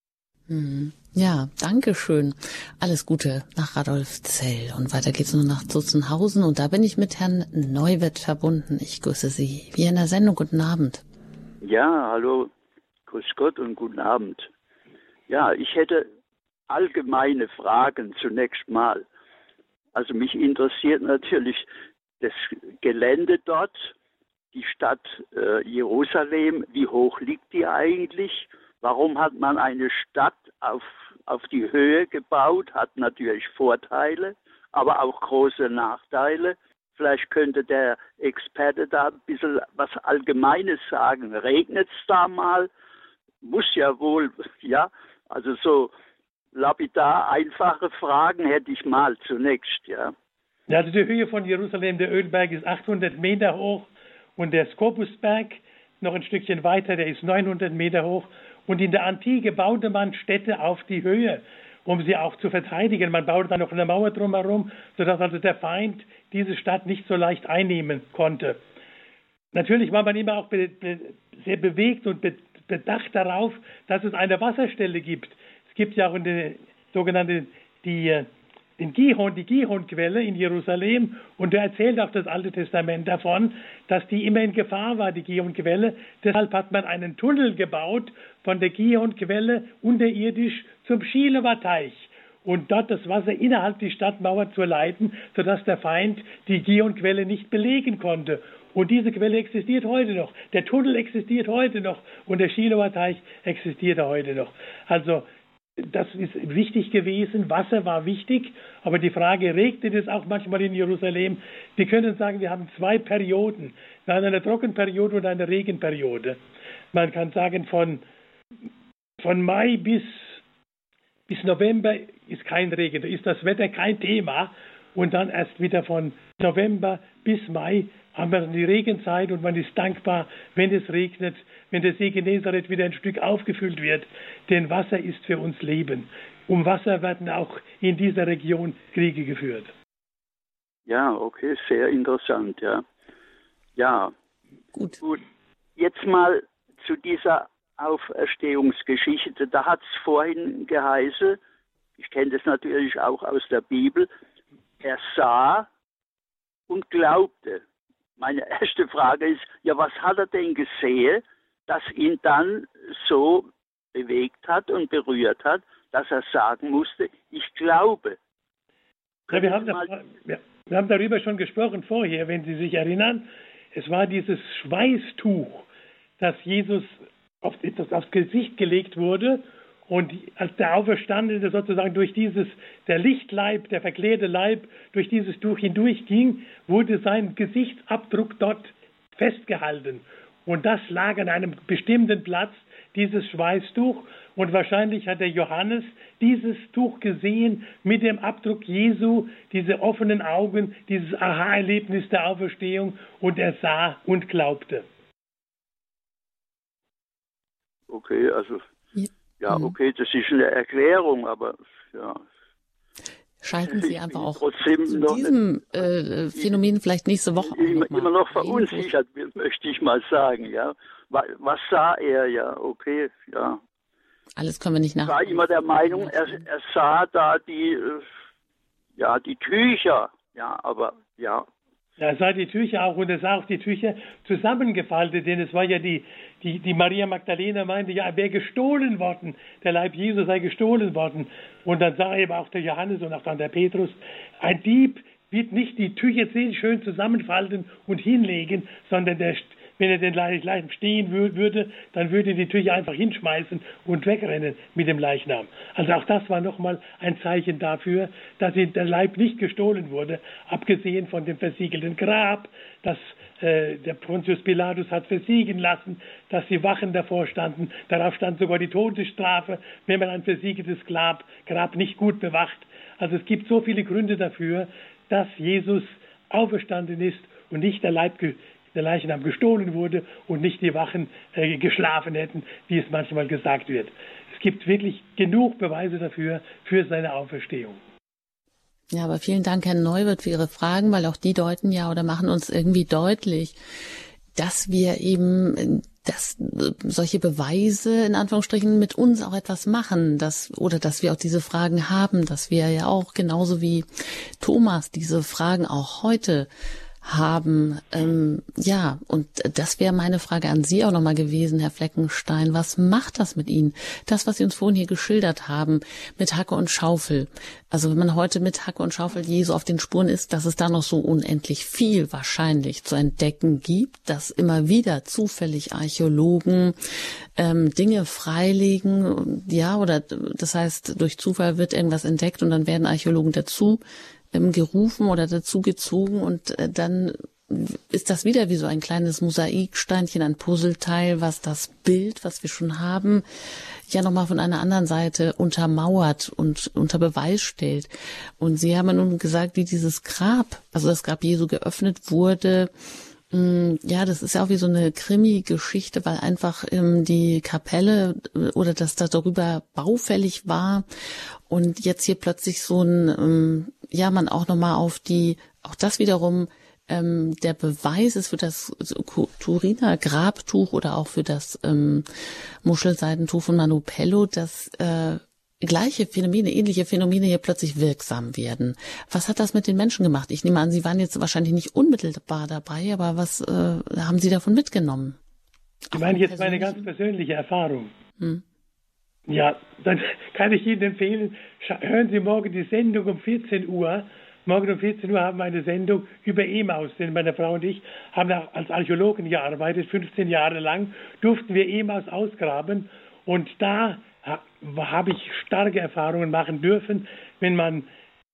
A: Ja, danke schön. Alles Gute nach Radolfzell. Und weiter geht's nur nach Zutzenhausen. Und da bin ich mit Herrn Neuwirth verbunden. Ich grüße Sie. Wie in der Sendung. Guten Abend.
H: Ja, hallo. Grüß Gott und guten Abend. Ja, ich hätte allgemeine Fragen zunächst mal. Also mich interessiert natürlich das Gelände dort, die Stadt äh, Jerusalem. Wie hoch liegt die eigentlich? Warum hat man eine Stadt auf, auf die Höhe gebaut? Hat natürlich Vorteile, aber auch große Nachteile. Vielleicht könnte der Experte da ein bisschen was Allgemeines sagen. Regnet es da mal? Muss ja wohl, ja. Also so lapidar einfache Fragen hätte ich mal zunächst, ja.
B: Ja, also die Höhe von Jerusalem, der Ölberg, ist achthundert Meter hoch und der Skopusberg noch ein Stückchen weiter, der ist neunhundert Meter hoch. Und in der Antike baute man Städte auf die Höhe, um sie auch zu verteidigen. Man baute dann noch eine Mauer drumherum, sodass also der Feind diese Stadt nicht so leicht einnehmen konnte. Natürlich war man immer auch be- be- sehr bewegt und be- bedacht darauf, dass es eine Wasserstelle gibt. Es gibt ja auch eine sogenannte die, den Gihon, die Gihon-Quelle in Jerusalem, und da erzählt auch das Alte Testament davon, dass die immer in Gefahr war, die Gihon-Quelle. Deshalb hat man einen Tunnel gebaut von der Gihon-Quelle unterirdisch zum Shiloher Teich und dort das Wasser innerhalb die Stadtmauer zu leiten, sodass der Feind die Gihon-Quelle nicht belegen konnte. Und diese Quelle existiert heute noch. Der Tunnel existiert heute noch und der Shiloher Teich existiert heute noch. Also das ist wichtig gewesen, Wasser war wichtig, aber die Frage, regnet es auch manchmal in Jerusalem? Wir können sagen, wir haben zwei Perioden, eine Trockenperiode und eine Regenperiode. Man kann sagen, von, von Mai bis, bis November ist kein Regen, da ist das Wetter kein Thema, und dann erst wieder von November bis Mai haben wir dann die Regenzeit und man ist dankbar, wenn es regnet, wenn der See Genezareth wieder ein Stück aufgefüllt wird, denn Wasser ist für uns Leben. Um Wasser werden auch in dieser Region Kriege geführt.
H: Ja, okay, sehr interessant, ja. Ja,
A: gut.
H: gut. Jetzt mal zu dieser Auferstehungsgeschichte. Da hat es vorhin geheißen, ich kenne das natürlich auch aus der Bibel, er sah und glaubte. Meine erste Frage ist, ja, was hat er denn gesehen, das ihn dann so bewegt hat und berührt hat, dass er sagen musste, ich glaube.
B: Ja, wir, haben das, wir, wir haben darüber schon gesprochen vorher, wenn Sie sich erinnern. Es war dieses Schweißtuch, das Jesus auf, das aufs Gesicht gelegt wurde. Und als der Auferstandene sozusagen durch dieses, der Lichtleib, der verklärte Leib, durch dieses Tuch hindurchging, wurde sein Gesichtsabdruck dort festgehalten. Und das lag an einem bestimmten Platz, dieses Schweißtuch. Und wahrscheinlich hat der Johannes dieses Tuch gesehen mit dem Abdruck Jesu, diese offenen Augen, dieses Aha-Erlebnis der Auferstehung. Und er sah und glaubte.
H: Okay, also... Ja, okay, das ist eine Erklärung, aber ja.
A: Schalten Sie einfach auch
H: trotzdem
A: zu
H: noch
A: diesem äh, Phänomen vielleicht nächste Woche
H: immer,
A: noch mal
H: immer noch
A: reden,
H: verunsichert, möchte ich mal sagen, ja. Was sah er, ja, okay, ja.
A: Alles können wir nicht nach.
H: Ich war immer der Meinung, er, er sah da die, ja, die Tücher, ja, aber, ja.
B: Er sah die Tücher auch und er sah auch die Tücher zusammengefaltet, denn es war ja die, die, die Maria Magdalena meinte, ja, er wäre gestohlen worden, der Leib Jesu sei gestohlen worden. Und dann sah eben auch der Johannes und auch dann der Petrus, ein Dieb wird nicht die Tücher schön zusammenfalten und hinlegen, sondern der, wenn er den Leichnam stehen würde, dann würde die Tücher einfach hinschmeißen und wegrennen mit dem Leichnam. Also auch das war nochmal ein Zeichen dafür, dass der Leib nicht gestohlen wurde, abgesehen von dem versiegelten Grab, das äh, der Pontius Pilatus hat versiegeln lassen, dass die Wachen davor standen. Darauf stand sogar die Todesstrafe, wenn man ein versiegeltes Grab, Grab nicht gut bewacht. Also es gibt so viele Gründe dafür, dass Jesus auferstanden ist und nicht der Leib der Leichnam gestohlen wurde und nicht die Wachen äh, geschlafen hätten, wie es manchmal gesagt wird. Es gibt wirklich genug Beweise dafür, für seine Auferstehung.
A: Ja, aber vielen Dank, Herr Neuwirth, für Ihre Fragen, weil auch die deuten ja oder machen uns irgendwie deutlich, dass wir eben, dass solche Beweise in Anführungsstrichen mit uns auch etwas machen, dass, oder dass wir auch diese Fragen haben, dass wir ja auch genauso wie Thomas diese Fragen auch heute haben. Ähm, ja, und das wäre meine Frage an Sie auch nochmal gewesen, Herr Fleckenstein. Was macht das mit Ihnen? Das, was Sie uns vorhin hier geschildert haben, mit Hacke und Schaufel. Also wenn man heute mit Hacke und Schaufel Jesu auf den Spuren ist, dass es da noch so unendlich viel wahrscheinlich zu entdecken gibt, dass immer wieder zufällig Archäologen ähm, Dinge freilegen, ja, oder das heißt, durch Zufall wird irgendwas entdeckt und dann werden Archäologen dazu gerufen oder dazu gezogen und dann ist das wieder wie so ein kleines Mosaiksteinchen, ein Puzzleteil, was das Bild, was wir schon haben, ja nochmal von einer anderen Seite untermauert und unter Beweis stellt. Und Sie haben nun gesagt, wie dieses Grab, also das Grab Jesu geöffnet wurde. Ja, das ist ja auch wie so eine Krimi-Geschichte, weil einfach ähm, die Kapelle oder das da darüber baufällig war und jetzt hier plötzlich so ein, ähm, ja, man auch nochmal auf die, auch das wiederum ähm, der Beweis ist für das Turiner Grabtuch oder auch für das ähm, Muschelseidentuch von Manupello, dass äh, gleiche Phänomene, ähnliche Phänomene hier plötzlich wirksam werden. Was hat das mit den Menschen gemacht? Ich nehme an, Sie waren jetzt wahrscheinlich nicht unmittelbar dabei, aber was äh, haben Sie davon mitgenommen?
B: Ich meine jetzt meine ganz persönliche Erfahrung. Hm. Ja, dann kann ich Ihnen empfehlen, hören Sie morgen die Sendung um vierzehn Uhr. Morgen um vierzehn Uhr haben wir eine Sendung über Emaus, denn meine Frau und ich haben als Archäologen gearbeitet, fünfzehn Jahre lang, durften wir Emaus ausgraben und da habe ich starke Erfahrungen machen dürfen, wenn man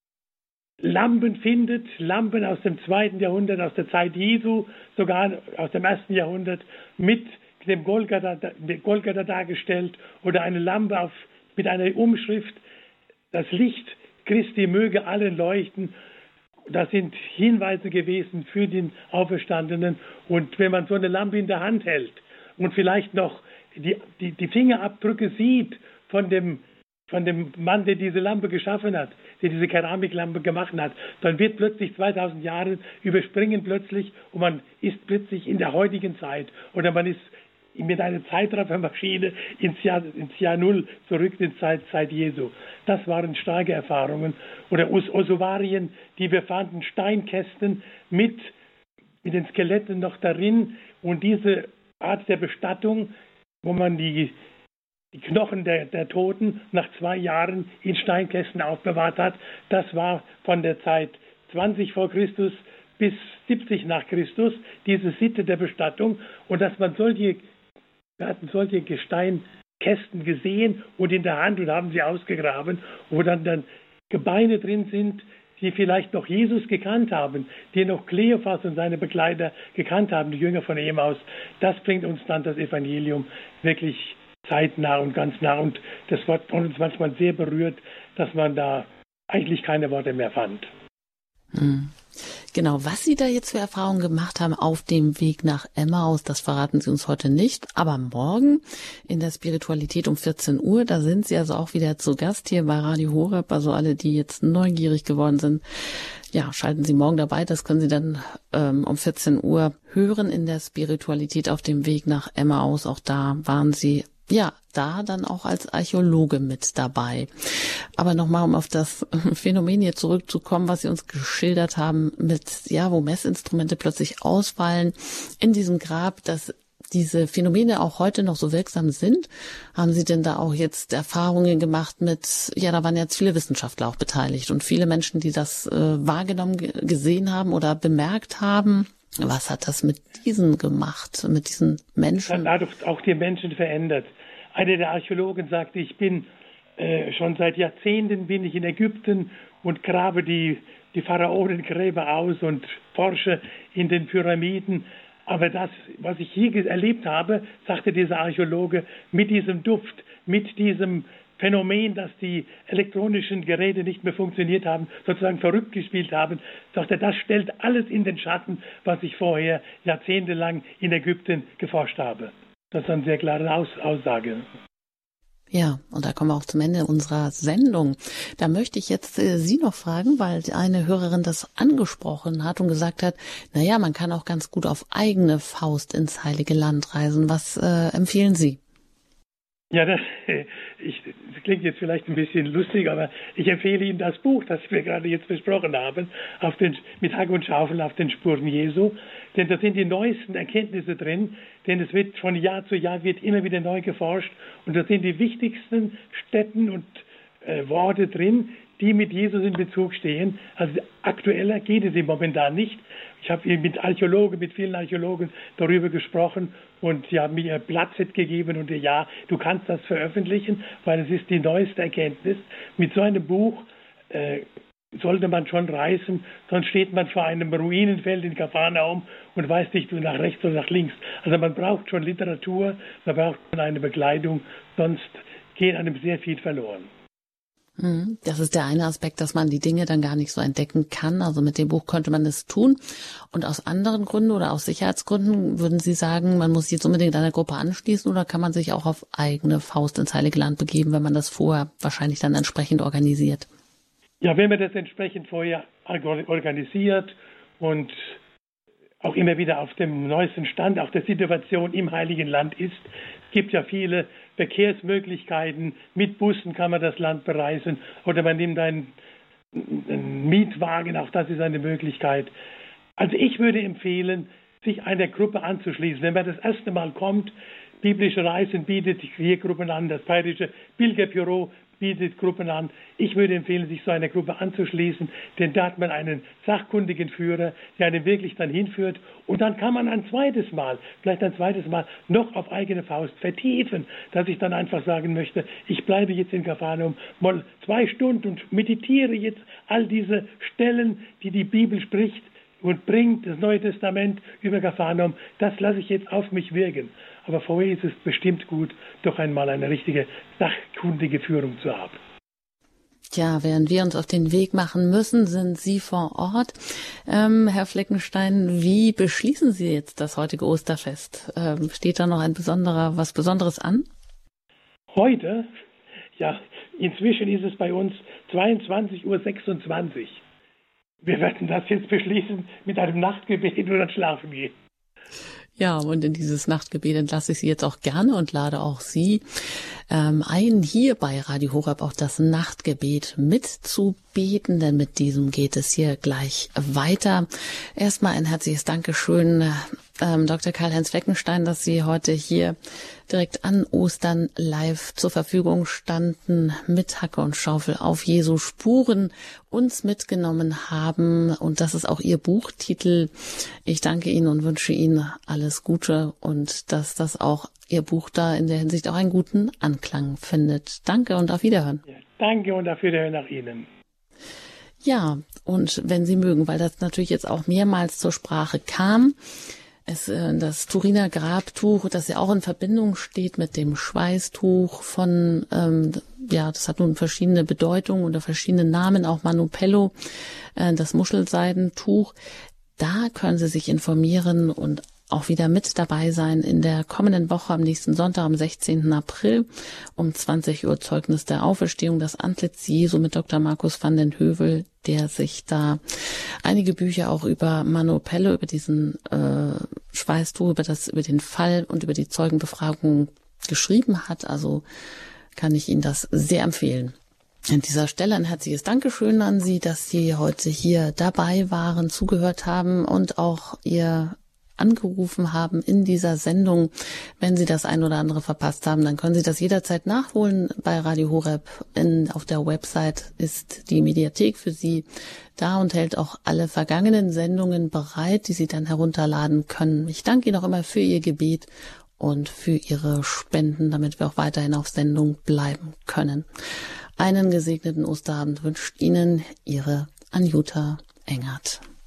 B: Lampen findet, Lampen aus dem zweiten Jahrhundert, aus der Zeit Jesu, sogar aus dem ersten Jahrhundert, mit dem Golgatha, Golgatha dargestellt oder eine Lampe auf, mit einer Umschrift, das Licht Christi möge allen leuchten. Das sind Hinweise gewesen für den Auferstandenen. Und wenn man so eine Lampe in der Hand hält und vielleicht noch Die, die, die Fingerabdrücke sieht von dem, von dem Mann, der diese Lampe geschaffen hat, der diese Keramiklampe gemacht hat, dann wird plötzlich zweitausend Jahre überspringen plötzlich und man ist plötzlich in der heutigen Zeit oder man ist mit einer Zeitraffermaschine ins Jahr, ins Jahr Null zurück in die Zeit, Zeit Jesu. Das waren starke Erfahrungen. Oder Osuvarien, die wir fanden, Steinkästen mit, mit den Skeletten noch darin und diese Art der Bestattung, wo man die, die Knochen der, der Toten nach zwei Jahren in Steinkästen aufbewahrt hat. Das war von der Zeit zwanzig vor Christus bis siebzig nach Christus, diese Sitte der Bestattung. Und dass man solche, wir hatten solche Gesteinkästen gesehen und in der Hand und haben sie ausgegraben, wo dann, dann Gebeine drin sind, die vielleicht noch Jesus gekannt haben, die noch Kleophas und seine Begleiter gekannt haben, die Jünger von Emaus. Das bringt uns dann das Evangelium wirklich zeitnah und ganz nah. Und das wird von uns manchmal sehr berührt, dass man da eigentlich keine Worte mehr fand.
A: Hm. Genau, was Sie da jetzt für Erfahrungen gemacht haben auf dem Weg nach Emmaus, das verraten Sie uns heute nicht. Aber morgen in der Spiritualität um vierzehn Uhr, da sind Sie also auch wieder zu Gast hier bei Radio Horeb. Also alle, die jetzt neugierig geworden sind, ja, schalten Sie morgen dabei. Das können Sie dann ähm, um vierzehn Uhr hören in der Spiritualität auf dem Weg nach Emmaus. Auch da waren Sie ja, da dann auch als Archäologe mit dabei. Aber nochmal, um auf das Phänomen hier zurückzukommen, was Sie uns geschildert haben, mit, ja, wo Messinstrumente plötzlich ausfallen in diesem Grab, das diese Phänomene auch heute noch so wirksam sind. Haben Sie denn da auch jetzt Erfahrungen gemacht mit, ja, da waren jetzt viele Wissenschaftler auch beteiligt und viele Menschen, die das äh, wahrgenommen, gesehen haben oder bemerkt haben. Was hat das mit diesen gemacht, mit diesen Menschen?
B: Das hat auch die Menschen verändert. Einer der Archäologen sagte, ich bin äh, schon seit Jahrzehnten bin ich in Ägypten und grabe die, die Pharaonengräber aus und forsche in den Pyramiden. Aber das, was ich hier erlebt habe, sagte dieser Archäologe, mit diesem Duft, mit diesem Phänomen, dass die elektronischen Geräte nicht mehr funktioniert haben, sozusagen verrückt gespielt haben, sagte er, das stellt alles in den Schatten, was ich vorher jahrzehntelang in Ägypten geforscht habe. Das ist eine sehr klare Aus- Aussage.
A: Ja, und da kommen wir auch zum Ende unserer Sendung. Da möchte ich jetzt äh, Sie noch fragen, weil eine Hörerin das angesprochen hat und gesagt hat, na ja, man kann auch ganz gut auf eigene Faust ins Heilige Land reisen. Was äh, empfehlen Sie?
B: Ja, das, ich, das klingt jetzt vielleicht ein bisschen lustig, aber ich empfehle Ihnen das Buch, das wir gerade jetzt besprochen haben, auf den, mit Hacke und Schaufel auf den Spuren Jesu. Denn da sind die neuesten Erkenntnisse drin, denn es wird von Jahr zu Jahr wird immer wieder neu geforscht und da sind die wichtigsten Stätten und äh, Worte drin, die mit Jesus in Bezug stehen. Also aktueller geht es im momentan nicht. Ich habe mit Archäologen, mit vielen Archäologen darüber gesprochen und sie haben mir ihr Blattset gegeben und ihr, ja, du kannst das veröffentlichen, weil es ist die neueste Erkenntnis. Mit so einem Buch äh, sollte man schon reisen, sonst steht man vor einem Ruinenfeld in Kapernaum und weiß nicht, nach rechts oder nach links. Also man braucht schon Literatur, man braucht schon eine Begleitung, sonst geht einem sehr viel verloren.
A: Das ist der eine Aspekt, dass man die Dinge dann gar nicht so entdecken kann. Also mit dem Buch könnte man es tun. Und aus anderen Gründen oder aus Sicherheitsgründen würden Sie sagen, man muss jetzt unbedingt einer Gruppe anschließen oder kann man sich auch auf eigene Faust ins Heilige Land begeben, wenn man das vorher wahrscheinlich dann entsprechend organisiert?
B: Ja, wenn man das entsprechend vorher organisiert und auch immer wieder auf dem neuesten Stand, auch der Situation im Heiligen Land ist. Es gibt ja viele Verkehrsmöglichkeiten. Mit Bussen kann man das Land bereisen oder man nimmt einen, einen Mietwagen, auch das ist eine Möglichkeit. Also ich würde empfehlen, sich einer Gruppe anzuschließen. Wenn man das erste Mal kommt, Biblische Reisen bietet hier Gruppen an, das Bayerische Pilgerbüro bietet Gruppen an. Ich würde empfehlen, sich so einer Gruppe anzuschließen, denn da hat man einen sachkundigen Führer, der einen wirklich dann hinführt und dann kann man ein zweites Mal, vielleicht ein zweites Mal noch auf eigene Faust vertiefen, dass ich dann einfach sagen möchte, ich bleibe jetzt in Kapernaum mal zwei Stunden und meditiere jetzt all diese Stellen, die die Bibel spricht und bringt das Neue Testament über Kapernaum, das lasse ich jetzt auf mich wirken. Aber vorher ist es bestimmt gut, doch einmal eine richtige sachkundige Führung zu haben.
A: Tja, während wir uns auf den Weg machen müssen, sind Sie vor Ort. Ähm, Herr Fleckenstein, wie beschließen Sie jetzt das heutige Osterfest? Ähm, steht da noch ein besonderer, was Besonderes an?
B: Heute? Ja, inzwischen ist es bei uns zweiundzwanzig Uhr sechsundzwanzig. Wir werden das jetzt beschließen mit einem Nachtgebet und dann schlafen gehen.
A: Ja, und in dieses Nachtgebet entlasse ich Sie jetzt auch gerne und lade auch Sie ähm, ein, hier bei Radio Horeb auch das Nachtgebet mitzubeten, denn mit diesem geht es hier gleich weiter. Erstmal ein herzliches Dankeschön, ähm, Doktor Karl-Heinz Fleckenstein, dass Sie heute hier direkt an Ostern live zur Verfügung standen, mit Hacke und Schaufel auf Jesu Spuren uns mitgenommen haben. Und das ist auch Ihr Buchtitel. Ich danke Ihnen und wünsche Ihnen alles Gute und dass das auch Ihr Buch da in der Hinsicht auch einen guten Anklang findet. Danke und auf Wiederhören.
B: Ja, danke und auf Wiederhören nach Ihnen.
A: Ja, und wenn Sie mögen, weil das natürlich jetzt auch mehrmals zur Sprache kam, es, das Turiner Grabtuch, das ja auch in Verbindung steht mit dem Schweißtuch von, ähm, ja, das hat nun verschiedene Bedeutungen oder verschiedene Namen, auch Manopello, äh, das Muschelseidentuch. Da können Sie sich informieren und auch wieder mit dabei sein in der kommenden Woche am nächsten Sonntag, am sechzehnten April um zwanzig Uhr Zeugnis der Auferstehung, das Antlitz Jesu mit Doktor Markus van den Heuvel, der sich da einige Bücher auch über Manopello, über diesen äh, Schweißtuch, über das, über den Fall und über die Zeugenbefragung geschrieben hat. Also kann ich Ihnen das sehr empfehlen. An dieser Stelle ein herzliches Dankeschön an Sie, dass Sie heute hier dabei waren, zugehört haben und auch Ihr angerufen haben in dieser Sendung. Wenn Sie das ein oder andere verpasst haben, dann können Sie das jederzeit nachholen bei Radio Horeb. In, auf der Website ist die Mediathek für Sie da und hält auch alle vergangenen Sendungen bereit, die Sie dann herunterladen können. Ich danke Ihnen auch immer für Ihr Gebet und für Ihre Spenden, damit wir auch weiterhin auf Sendung bleiben können. Einen gesegneten Osterabend wünscht Ihnen Ihre Anjuta Engert.